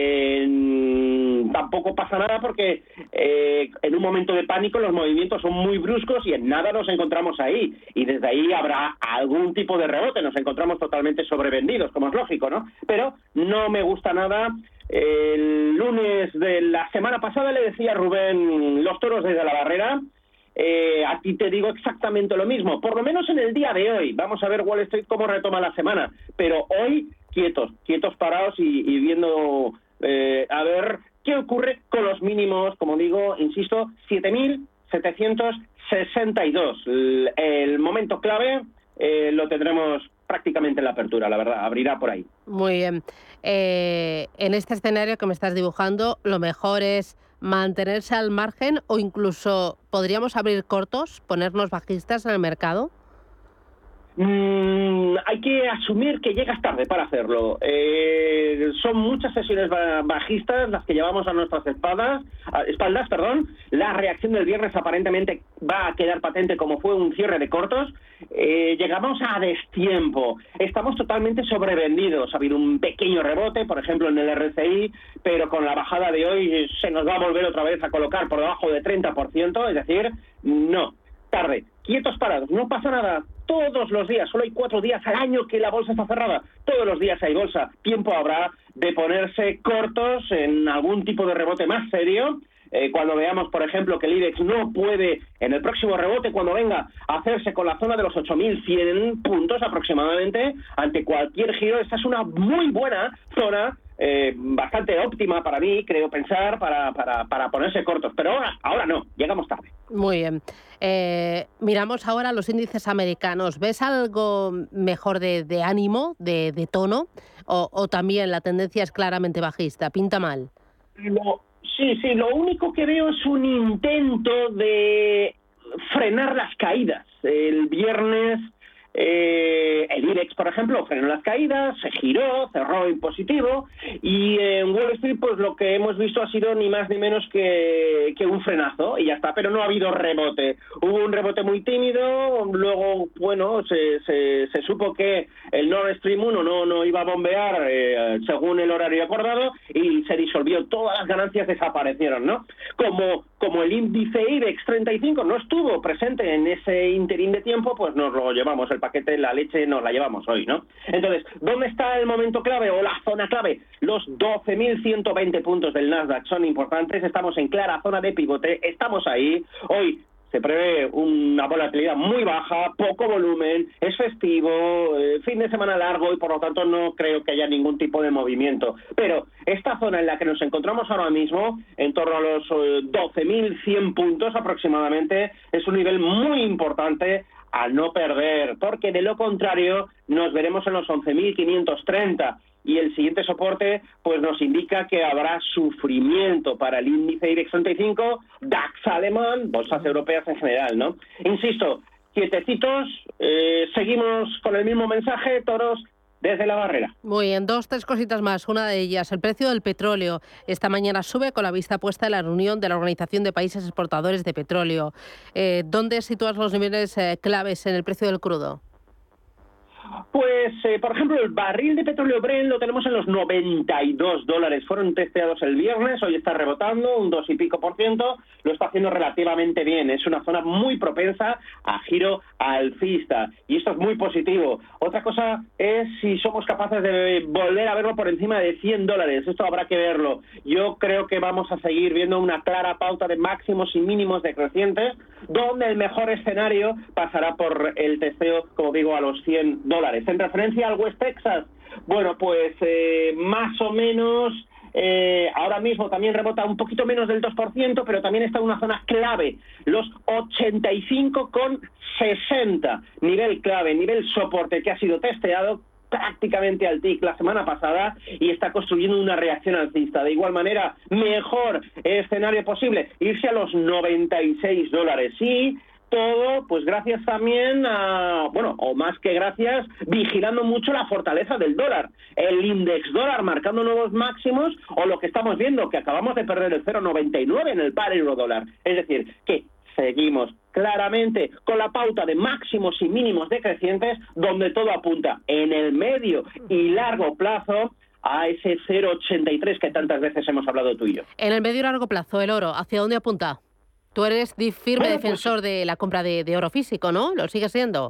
Eh, tampoco pasa nada porque eh, en un momento de pánico los movimientos son muy bruscos y en nada nos encontramos ahí. Y desde ahí habrá algún tipo de rebote, nos encontramos totalmente sobrevendidos, como es lógico, ¿no? Pero no me gusta nada. El lunes de la semana pasada le decía a Rubén los toros desde la barrera. Eh, a ti te digo exactamente lo mismo, por lo menos en el día de hoy. Vamos a ver Wall Street cómo retoma la semana, pero hoy quietos, quietos parados y, y viendo eh, a ver qué ocurre con los mínimos, como digo, insisto, siete mil setecientos sesenta y dos. El, el momento clave eh, lo tendremos prácticamente en la apertura, la verdad, abrirá por ahí. Muy bien. Eh, en este escenario que me estás dibujando, lo mejor es mantenerse al margen o incluso podríamos abrir cortos, ponernos bajistas en el mercado. Mm, hay que asumir que llegas tarde para hacerlo. Eh, son muchas sesiones bajistas las que llevamos a nuestras espaldas, a espaldas, perdón. La reacción del viernes aparentemente va a quedar patente como fue un cierre de cortos. Eh, llegamos a destiempo. Estamos totalmente sobrevendidos. Ha habido un pequeño rebote, por ejemplo, en el erre ce i, pero con la bajada de hoy se nos va a volver otra vez a colocar por debajo de treinta por ciento, es decir, no. Tarde, quietos parados, no pasa nada. Todos los días, solo hay cuatro días al año que la bolsa está cerrada. Todos los días hay bolsa. Tiempo habrá de ponerse cortos en algún tipo de rebote más serio. Eh, cuando veamos, por ejemplo, que el IBEX no puede, en el próximo rebote, cuando venga, hacerse con la zona de los ocho mil cien puntos aproximadamente, ante cualquier giro, esta es una muy buena zona, eh, bastante óptima para mí, creo pensar, para, para, para ponerse cortos. Pero ahora, ahora no, llegamos tarde. Muy bien. Eh, miramos ahora los índices americanos. ¿Ves algo mejor de, de ánimo, de, de tono? O, ¿O también la tendencia es claramente bajista? ¿Pinta mal? Lo, sí, sí, lo único que veo es un intento de frenar las caídas. El viernes eh, el IBEX, por ejemplo, frenó las caídas, se giró, cerró en positivo, y en Wall Street pues lo que hemos visto ha sido ni más ni menos que, que un frenazo, y ya está, pero no ha habido rebote. Hubo un rebote muy tímido, luego, bueno, se, se, se supo que el Nord Stream uno no, no iba a bombear eh, según el horario acordado, y se disolvió, todas las ganancias desaparecieron, ¿no? Como, como el índice IBEX treinta y cinco no estuvo presente en ese interín de tiempo, pues nos lo llevamos, el paquete, la leche nos la llevamos hoy, ¿no? Entonces, ¿dónde está el momento clave o la zona clave? Los doce mil ciento veinte puntos del Nasdaq son importantes, estamos en clara zona de pivote, estamos ahí. Hoy se prevé una volatilidad muy baja, poco volumen, es festivo, eh, fin de semana largo, y por lo tanto no creo que haya ningún tipo de movimiento. Pero esta zona en la que nos encontramos ahora mismo, en torno a los eh, doce mil cien puntos aproximadamente, es un nivel muy importante a no perder, porque de lo contrario nos veremos en los once mil quinientos treinta, y el siguiente soporte pues nos indica que habrá sufrimiento para el índice IBEX treinta y cinco, DAX alemán, bolsas europeas en general, ¿no? Insisto, quietecitos, eh, seguimos con el mismo mensaje, toros desde la barrera. Muy bien, dos, tres cositas más. Una de ellas, el precio del petróleo. Esta mañana sube con la vista puesta en la reunión de la Organización de Países Exportadores de Petróleo. Eh, ¿Dónde sitúas los niveles eh, claves en el precio del crudo? Pues, eh, por ejemplo, el barril de petróleo Brent lo tenemos en los noventa y dos dólares. Fueron testeados el viernes, hoy está rebotando un dos y pico por ciento. Lo está haciendo relativamente bien. Es una zona muy propensa a giro alcista, y esto es muy positivo. Otra cosa es si somos capaces de volver a verlo por encima de cien dólares. Esto habrá que verlo. Yo creo que vamos a seguir viendo una clara pauta de máximos y mínimos decrecientes, donde el mejor escenario pasará por el testeo, como digo, a los cien dólares. En referencia al West Texas, bueno, pues eh, más o menos eh, ahora mismo también rebota un poquito menos del dos por ciento, pero también está en una zona clave, los ochenta y cinco con sesenta, nivel clave, nivel soporte que ha sido testeado prácticamente al tick la semana pasada y está construyendo una reacción alcista. De igual manera, mejor escenario posible, irse a los noventa y seis dólares. Y todo, pues gracias también a, bueno, o más que gracias, vigilando mucho la fortaleza del dólar. El index dólar marcando nuevos máximos, o lo que estamos viendo, que acabamos de perder el cero coma noventa y nueve en el par euro dólar. Es decir, que seguimos claramente con la pauta de máximos y mínimos decrecientes, donde todo apunta en el medio y largo plazo a ese cero coma ochenta y tres que tantas veces hemos hablado tú y yo. En el medio y largo plazo, el oro, ¿hacia dónde apunta? Tú eres firme bueno, defensor pues, de la compra de, de oro físico, ¿no? ¿Lo sigue siendo?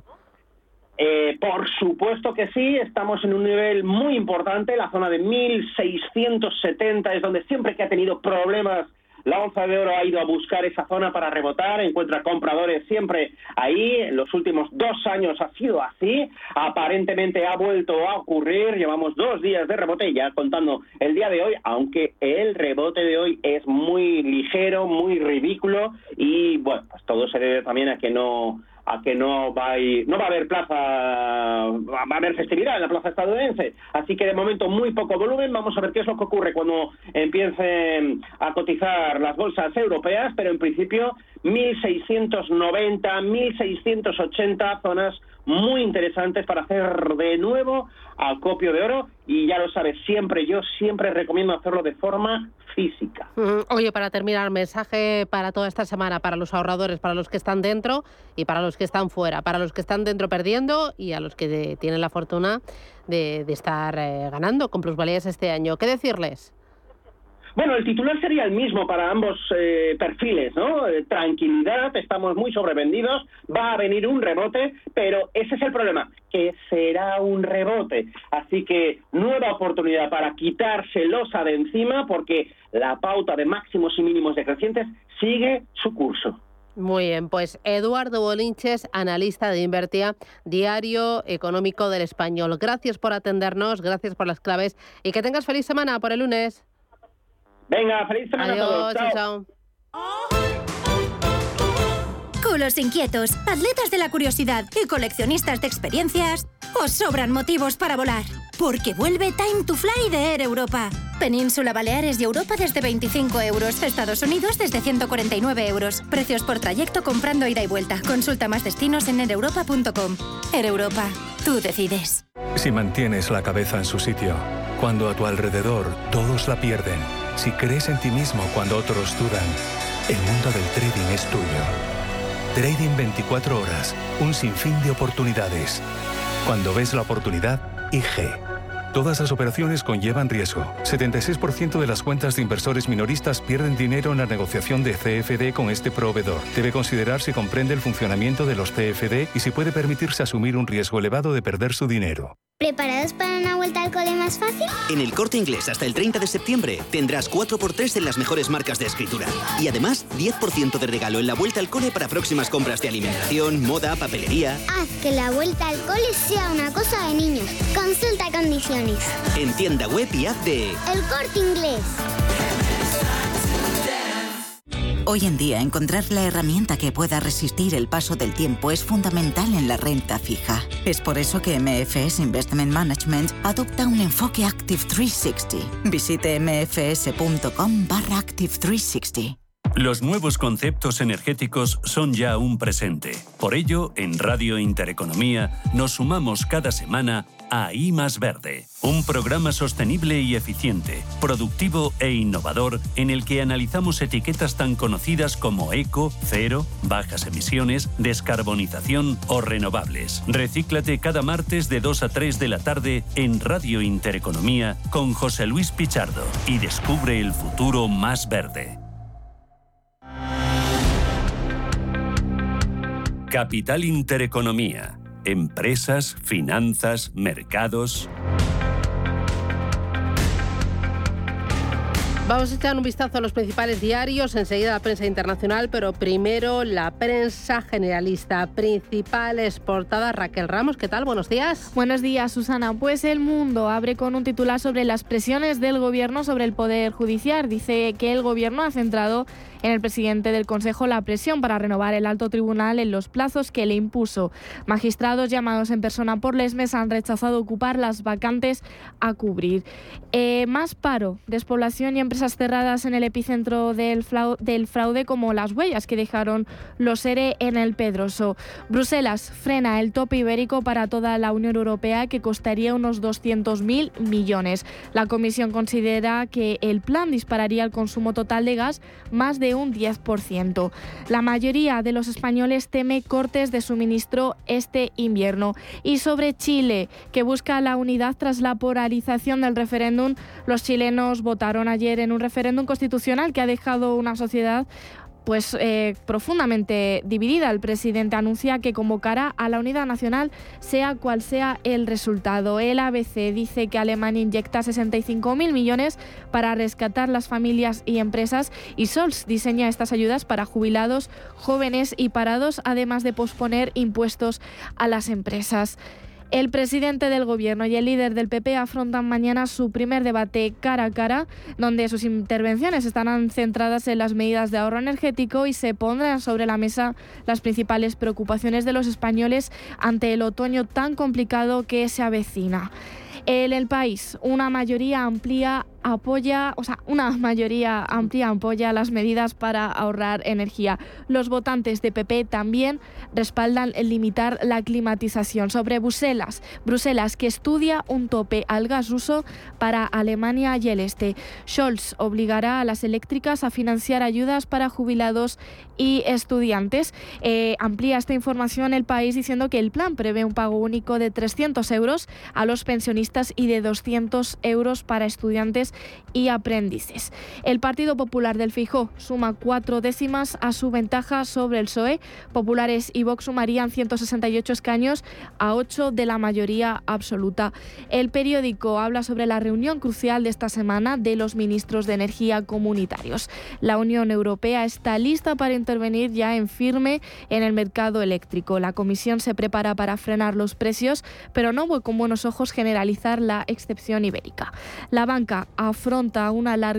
Eh, por supuesto que sí, estamos en un nivel muy importante, la zona de mil seiscientos setenta es donde siempre que ha tenido problemas la onza de oro ha ido a buscar esa zona para rebotar, encuentra compradores siempre ahí. En los últimos dos años ha sido así, aparentemente ha vuelto a ocurrir, llevamos dos días de rebote ya contando el día de hoy, aunque el rebote de hoy es muy ligero, muy ridículo, y bueno, pues todo se debe también a que no... a que no va a, ir, no va a haber plaza, va a haber festividad en la plaza estadounidense. Así que de momento muy poco volumen. Vamos a ver qué es lo que ocurre cuando empiecen a cotizar las bolsas europeas, pero en principio mil seiscientos noventa, mil seiscientos ochenta, zonas muy interesantes para hacer de nuevo acopio de oro, y ya lo sabes, siempre yo siempre recomiendo hacerlo de forma física. Oye, para terminar, mensaje para toda esta semana, para los ahorradores, para los que están dentro y para los que están fuera, para los que están dentro perdiendo y a los que de, tienen la fortuna de, de estar eh, ganando con plusvalías este año. ¿Qué decirles? Bueno, el titular sería el mismo para ambos eh, perfiles, ¿no? Eh, tranquilidad, estamos muy sobrevendidos, va a venir un rebote, pero ese es el problema, que será un rebote. Así que nueva oportunidad para quitárselos de encima, porque la pauta de máximos y mínimos decrecientes sigue su curso. Muy bien, pues Eduardo Bolinches, analista de Invertia, Diario Económico del Español. Gracias por atendernos, gracias por las claves y que tengas feliz semana por el lunes. Venga, feliz semana Adiós, a todos. Chao. chao. Tú, los inquietos, atletas de la curiosidad y coleccionistas de experiencias, os sobran motivos para volar. Porque vuelve Time to Fly de Air Europa. Península, Baleares y Europa desde veinticinco euros. Estados Unidos desde ciento cuarenta y nueve euros. Precios por trayecto comprando ida y vuelta. Consulta más destinos en air europa punto com. Air Europa. Tú decides. Si mantienes la cabeza en su sitio, cuando a tu alrededor todos la pierden, si crees en ti mismo cuando otros dudan, el mundo del trading es tuyo. Trading veinticuatro horas, un sinfín de oportunidades. Cuando ves la oportunidad, I G. Todas las operaciones conllevan riesgo. setenta y seis por ciento de las cuentas de inversores minoristas pierden dinero en la negociación de C F D con este proveedor. Debe considerar si comprende el funcionamiento de los C F D y si puede permitirse asumir un riesgo elevado de perder su dinero. ¿Preparados para una vuelta al cole más fácil? En El Corte Inglés hasta el treinta de septiembre tendrás cuatro por tres en las mejores marcas de escritura. Y además, diez por ciento de regalo en la vuelta al cole para próximas compras de alimentación, moda, papelería. Haz que la vuelta al cole sea una cosa de niños. Consulta condiciones. En tienda web y app de El Corte Inglés. Hoy en día, encontrar la herramienta que pueda resistir el paso del tiempo es fundamental en la renta fija. Es por eso que M F S Investment Management adopta un enfoque Active trescientos sesenta. Visite mfs.com barra Active trescientos sesenta. Los nuevos conceptos energéticos son ya un presente. Por ello, en Radio Intereconomía nos sumamos cada semana a I más Verde, un programa sostenible y eficiente, productivo e innovador en el que analizamos etiquetas tan conocidas como eco, cero, bajas emisiones, descarbonización o renovables. Recíclate cada martes de dos a tres de la tarde en Radio Intereconomía con José Luis Pichardo y descubre el futuro más verde. Capital Intereconomía. Empresas, finanzas, mercados. Vamos a echar un vistazo a los principales diarios, enseguida la prensa internacional, pero primero la prensa generalista. Principales portadas, Raquel Ramos, ¿qué tal? Buenos días. Buenos días, Susana. Pues El Mundo abre con un titular sobre las presiones del Gobierno sobre el Poder Judicial. Dice que el Gobierno ha centrado en el presidente del Consejo la presión para renovar el alto tribunal en los plazos que le impuso. Magistrados llamados en persona por Lesmes han rechazado ocupar las vacantes a cubrir. Eh, más paro, despoblación y empresas cerradas en el epicentro del fraude, del fraude como las huellas que dejaron los ERE en el Pedroso. Bruselas frena el tope ibérico para toda la Unión Europea que costaría unos doscientos mil millones. La Comisión considera que el plan dispararía el consumo total de gas más de un diez por ciento. La mayoría de los españoles teme cortes de suministro este invierno. Y sobre Chile, que busca la unidad tras la polarización del referéndum, los chilenos votaron ayer en un referéndum constitucional que ha dejado una sociedad pues eh, profundamente dividida. El presidente anuncia que convocará a la unidad nacional sea cual sea el resultado. El A B C dice que Alemania inyecta sesenta y cinco mil millones para rescatar las familias y empresas y Scholz diseña estas ayudas para jubilados, jóvenes y parados, además de posponer impuestos a las empresas. El presidente del Gobierno y el líder del P P afrontan mañana su primer debate cara a cara, donde sus intervenciones estarán centradas en las medidas de ahorro energético y se pondrán sobre la mesa las principales preocupaciones de los españoles ante el otoño tan complicado que se avecina. En el país, una mayoría amplia apoya, o sea, una mayoría amplia apoya las medidas para ahorrar energía. Los votantes de P P también respaldan el limitar la climatización. Sobre Bruselas, Bruselas que estudia un tope al gas ruso para Alemania y el este. Scholz obligará a las eléctricas a financiar ayudas para jubilados y estudiantes. Eh, amplía esta información El País diciendo que el plan prevé un pago único de trescientos euros a los pensionistas y de doscientos euros para estudiantes y aprendices. El Partido Popular del Feijóo suma cuatro décimas a su ventaja sobre el P S O E. Populares y Vox sumarían ciento sesenta y ocho escaños a ocho de la mayoría absoluta. El periódico habla sobre la reunión crucial de esta semana de los ministros de Energía comunitarios. La Unión Europea está lista para intervenir ya en firme en el mercado eléctrico. La Comisión se prepara para frenar los precios, pero no ve con buenos ojos generalizar la excepción ibérica. La banca afronta una larga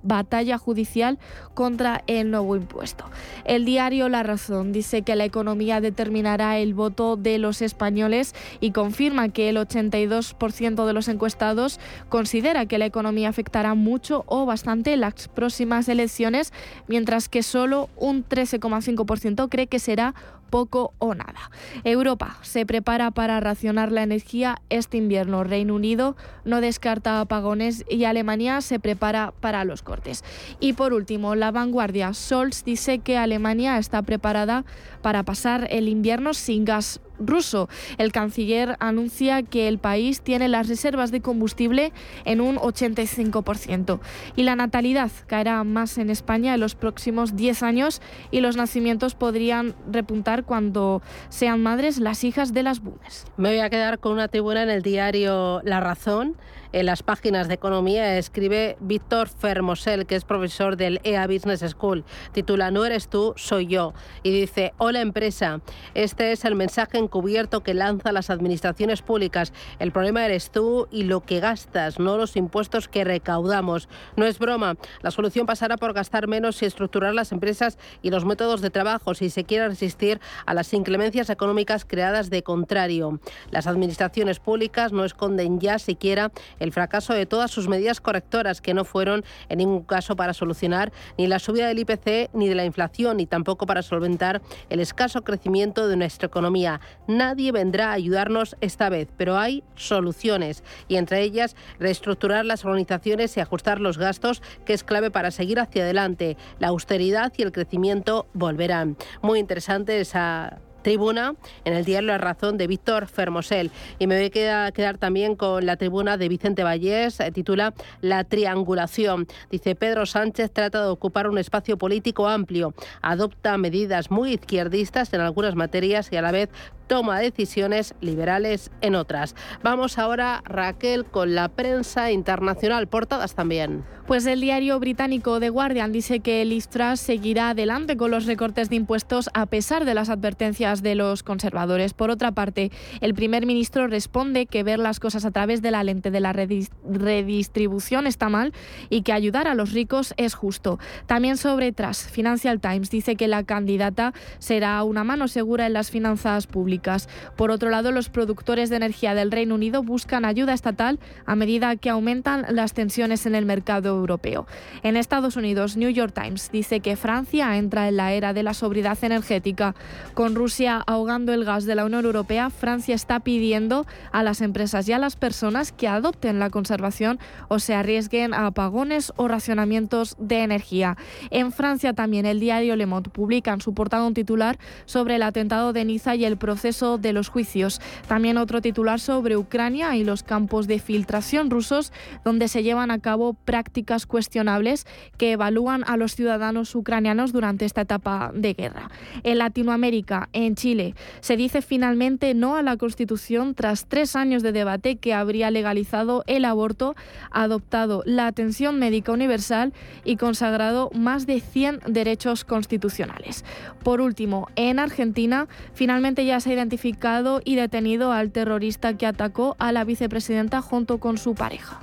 batalla judicial contra el nuevo impuesto. El diario La Razón dice que la economía determinará el voto de los españoles y confirma que el ochenta y dos por ciento de los encuestados considera que la economía afectará mucho o bastante las próximas elecciones, mientras que solo un trece coma cinco por ciento cree que será poco o nada. Europa se prepara para racionar la energía este invierno. Reino Unido no descarta apagones y Alemania se prepara para los cortes. Y por último, La Vanguardia. Scholz dice que Alemania está preparada para pasar el invierno sin gas ruso. El canciller anuncia que el país tiene las reservas de combustible en un ochenta y cinco por ciento. Y la natalidad caerá más en España en los próximos diez años y los nacimientos podrían repuntar cuando sean madres las hijas de las boomers. Me voy a quedar con una tribuna en el diario La Razón. En las páginas de economía escribe Víctor Fermosel, que es profesor del E A Business School. Titula "No eres tú, soy yo". Y dice: hola empresa, este es el mensaje encubierto que lanzan las administraciones públicas. El problema eres tú y lo que gastas, no los impuestos que recaudamos. No es broma. La solución pasará por gastar menos y estructurar las empresas y los métodos de trabajo si se quiere resistir a las inclemencias económicas creadas de contrario. Las administraciones públicas no esconden ya siquiera el fracaso de todas sus medidas correctoras, que no fueron en ningún caso para solucionar ni la subida del I P C ni de la inflación, ni tampoco para solventar el escaso crecimiento de nuestra economía. Nadie vendrá a ayudarnos esta vez, pero hay soluciones, y entre ellas reestructurar las organizaciones y ajustar los gastos, que es clave para seguir hacia adelante. La austeridad y el crecimiento volverán. Muy interesante esa tribuna en el diario La Razón de Víctor Fermosel. Y me voy a quedar, quedar también con la tribuna de Vicente Vallés, eh, titula La triangulación. Dice: Pedro Sánchez trata de ocupar un espacio político amplio, adopta medidas muy izquierdistas en algunas materias y a la vez toma decisiones liberales en otras. Vamos ahora, Raquel, con la prensa internacional, portadas también. Pues el diario británico The Guardian dice que Liz Truss seguirá adelante con los recortes de impuestos a pesar de las advertencias de los conservadores. Por otra parte, el primer ministro responde que ver las cosas a través de la lente de la redistribución está mal y que ayudar a los ricos es justo. También sobre Truss, Financial Times dice que la candidata será una mano segura en las finanzas públicas. Por otro lado, los productores de energía del Reino Unido buscan ayuda estatal a medida que aumentan las tensiones en el mercado europeo. En Estados Unidos, New York Times dice que Francia entra en la era de la sobriedad energética. Con Rusia ahogando el gas de la Unión Europea, Francia está pidiendo a las empresas y a las personas que adopten la conservación o se arriesguen a apagones o racionamientos de energía. En Francia también el diario Le Monde publica en su portada un titular sobre el atentado de Niza y el proceso de los juicios. También otro titular sobre Ucrania y los campos de filtración rusos, donde se llevan a cabo prácticas cuestionables que evalúan a los ciudadanos ucranianos durante esta etapa de guerra. En Latinoamérica, en Chile, se dice finalmente no a la Constitución tras tres años de debate que habría legalizado el aborto, adoptado la atención médica universal y consagrado más de cien derechos constitucionales. Por último, en Argentina, finalmente ya se ha identificado y detenido al terrorista que atacó a la vicepresidenta junto con su pareja.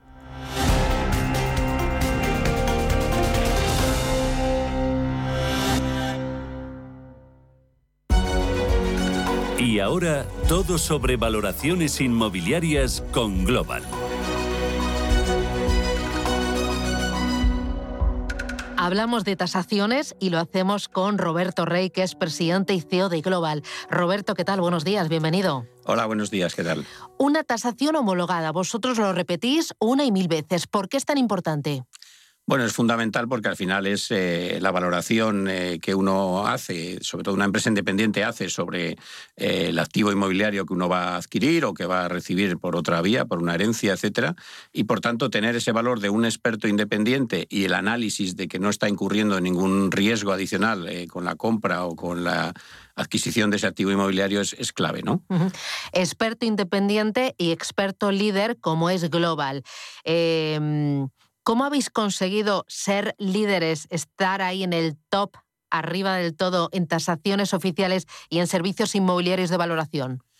Y ahora, todo sobre valoraciones inmobiliarias con Global. Hablamos de tasaciones y lo hacemos con Roberto Rey, que es presidente y C E O de Global. Roberto, ¿qué tal? Buenos días, bienvenido. Hola, buenos días, ¿qué tal? Una tasación homologada, vosotros lo repetís una y mil veces. ¿Por qué es tan importante? Bueno, es fundamental porque al final es eh, la valoración eh, que uno hace, sobre todo una empresa independiente hace sobre eh, el activo inmobiliario que uno va a adquirir o que va a recibir por otra vía, por una herencia, etcétera. Y por tanto, tener ese valor de un experto independiente y el análisis de que no está incurriendo en ningún riesgo adicional eh, con la compra o con la adquisición de ese activo inmobiliario es, es clave, ¿no? Uh-huh. Experto independiente y experto líder como es Global. Eh... ¿Cómo habéis conseguido ser líderes, estar ahí en el top, arriba del todo, en tasaciones oficiales y en servicios inmobiliarios de valoración?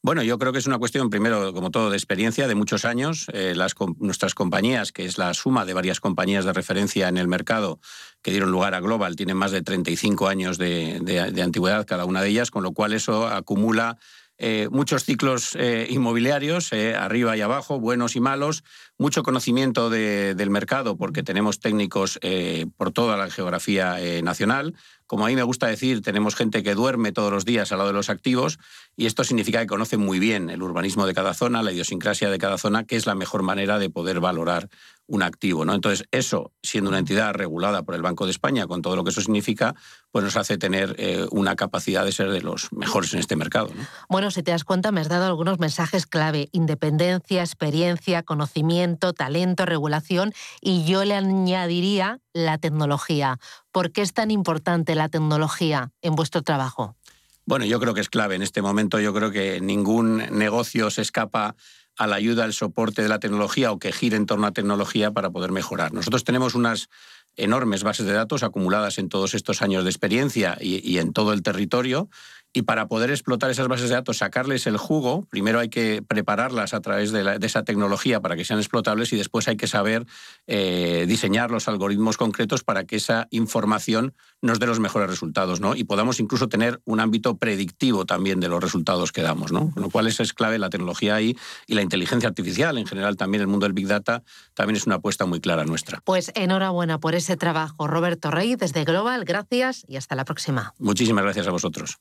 Bueno, yo creo que es una cuestión, primero, como todo, de experiencia, de muchos años. Eh, las, nuestras compañías, que es la suma de varias compañías de referencia en el mercado que dieron lugar a Global, tienen más de treinta y cinco años de, de, de antigüedad cada una de ellas, con lo cual eso acumula Eh, muchos ciclos eh, inmobiliarios, eh, arriba y abajo, buenos y malos, mucho conocimiento de, del mercado porque tenemos técnicos eh, por toda la geografía eh, nacional. Como a mí me gusta decir, tenemos gente que duerme todos los días al lado de los activos y esto significa que conocen muy bien el urbanismo de cada zona, la idiosincrasia de cada zona, que es la mejor manera de poder valorar un activo, ¿no? Entonces, eso, siendo una entidad regulada por el Banco de España, con todo lo que eso significa, pues nos hace tener eh, una capacidad de ser de los mejores en este mercado, ¿no? Bueno, si te das cuenta, me has dado algunos mensajes clave: independencia, experiencia, conocimiento, talento, regulación, y yo le añadiría la tecnología. ¿Por qué es tan importante la tecnología en vuestro trabajo? Bueno, yo creo que es clave. En este momento yo creo que ningún negocio se escapa a la ayuda, al soporte de la tecnología o que gire en torno a tecnología para poder mejorar. Nosotros tenemos unas enormes bases de datos acumuladas en todos estos años de experiencia y, y en todo el territorio. Y para poder explotar esas bases de datos, sacarles el jugo, primero hay que prepararlas a través de, la, de esa tecnología para que sean explotables y después hay que saber eh, diseñar los algoritmos concretos para que esa información nos dé los mejores resultados, ¿no? Y podamos incluso tener un ámbito predictivo también de los resultados que damos, ¿no? Con lo cual esa es clave, la tecnología ahí, y la inteligencia artificial en general, también el mundo del Big Data, también es una apuesta muy clara nuestra. Pues enhorabuena por ese trabajo. Roberto Rey, desde Global, gracias y hasta la próxima. Muchísimas gracias a vosotros.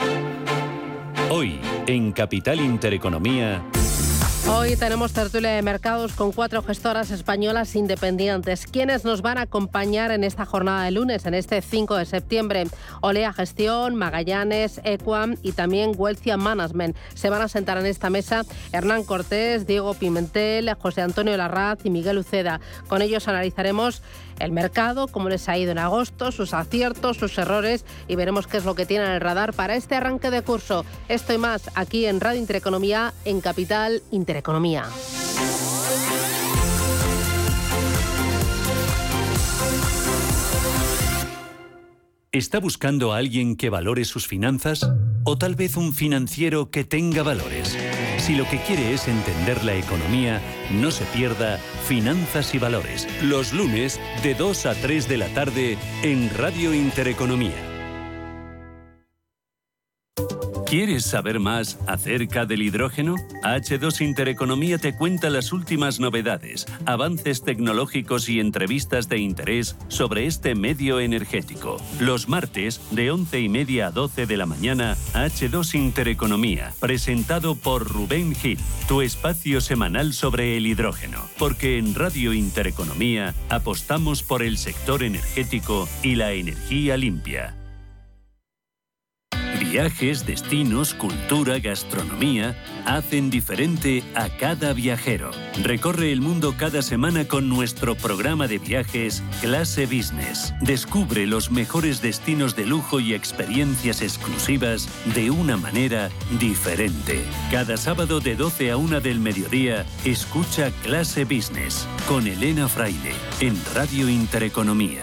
Hoy, en Capital Intereconomía... Hoy tenemos tertulia de mercados con cuatro gestoras españolas independientes. ¿Quiénes nos van a acompañar en esta jornada de lunes, en este cinco de septiembre? Olea Gestión, Magallanes, Equam y también Wealthia Management. Se van a sentar en esta mesa Hernán Cortés, Diego Pimentel, José Antonio Larraz y Miguel Uceda. Con ellos analizaremos el mercado, cómo les ha ido en agosto, sus aciertos, sus errores y veremos qué es lo que tienen en el radar para este arranque de curso. Esto y más aquí en Radio Intereconomía, en Capital Intereconomía. Economía. ¿Está buscando a alguien que valore sus finanzas? ¿O tal vez un financiero que tenga valores? Si lo que quiere es entender la economía, no se pierda Finanzas y Valores, los lunes de dos a tres de la tarde en Radio Intereconomía. ¿Quieres saber más acerca del hidrógeno? H dos Intereconomía te cuenta las últimas novedades, avances tecnológicos y entrevistas de interés sobre este medio energético. Los martes, de once y media a doce de la mañana, H dos Intereconomía, presentado por Rubén Gil, tu espacio semanal sobre el hidrógeno. Porque en Radio Intereconomía apostamos por el sector energético y la energía limpia. Viajes, destinos, cultura, gastronomía hacen diferente a cada viajero. Recorre el mundo cada semana con nuestro programa de viajes Clase Business. Descubre los mejores destinos de lujo y experiencias exclusivas de una manera diferente. Cada sábado de doce a una del mediodía, escucha Clase Business con Elena Fraile en Radio Intereconomía.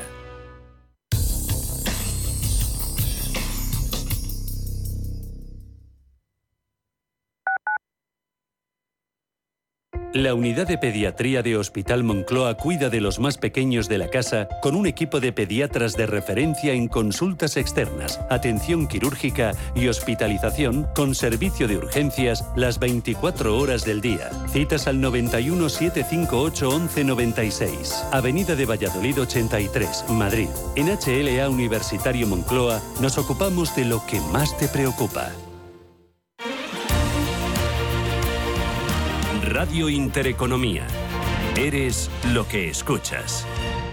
La unidad de pediatría de Hospital Moncloa cuida de los más pequeños de la casa con un equipo de pediatras de referencia en consultas externas, atención quirúrgica y hospitalización con servicio de urgencias las veinticuatro horas del día. Citas al noventa y uno, setecientos cincuenta y ocho, once noventa y seis. Avenida de Valladolid ochenta y tres, Madrid. En H L A Universitario Moncloa nos ocupamos de lo que más te preocupa. Radio Intereconomía. Eres lo que escuchas.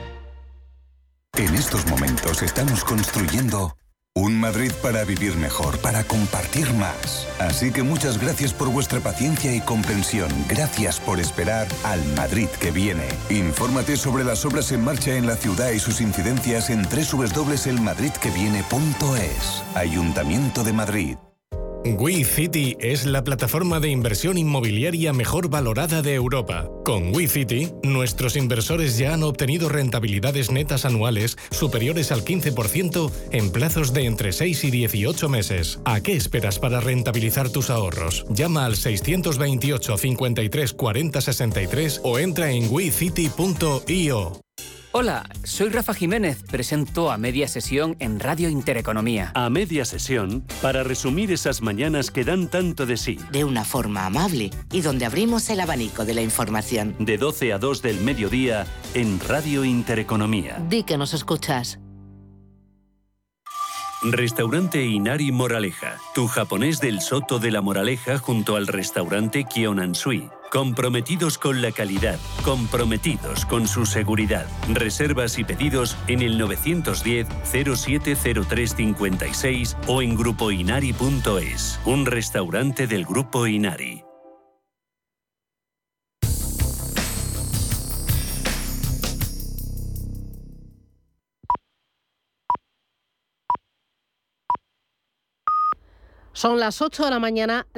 En estos momentos estamos construyendo un Madrid para vivir mejor, para compartir más. Así que muchas gracias por vuestra paciencia y comprensión. Gracias por esperar al Madrid que viene. Infórmate sobre las obras en marcha en la ciudad y sus incidencias en doble u doble u doble u punto el madrid que viene punto es. Ayuntamiento de Madrid. WeCity es la plataforma de inversión inmobiliaria mejor valorada de Europa. Con WeCity, nuestros inversores ya han obtenido rentabilidades netas anuales superiores al quince por ciento en plazos de entre seis y dieciocho meses. ¿A qué esperas para rentabilizar tus ahorros? Llama al seiscientos veintiocho, cincuenta y tres, cuarenta, sesenta y tres o entra en wecity punto io. Hola, soy Rafa Jiménez, presento A Media Sesión en Radio Intereconomía. A Media Sesión, para resumir esas mañanas que dan tanto de sí. De una forma amable y donde abrimos el abanico de la información. De doce a dos del mediodía en Radio Intereconomía. Di que nos escuchas. Restaurante Inari Moraleja, tu japonés del Soto de la Moraleja junto al restaurante Kyonansui. Comprometidos con la calidad, comprometidos con su seguridad. Reservas y pedidos en el nueve uno cero, cero siete cero tres cinco seis o en grupo inari punto es. Un restaurante del Grupo Inari. Son las ocho de la mañana.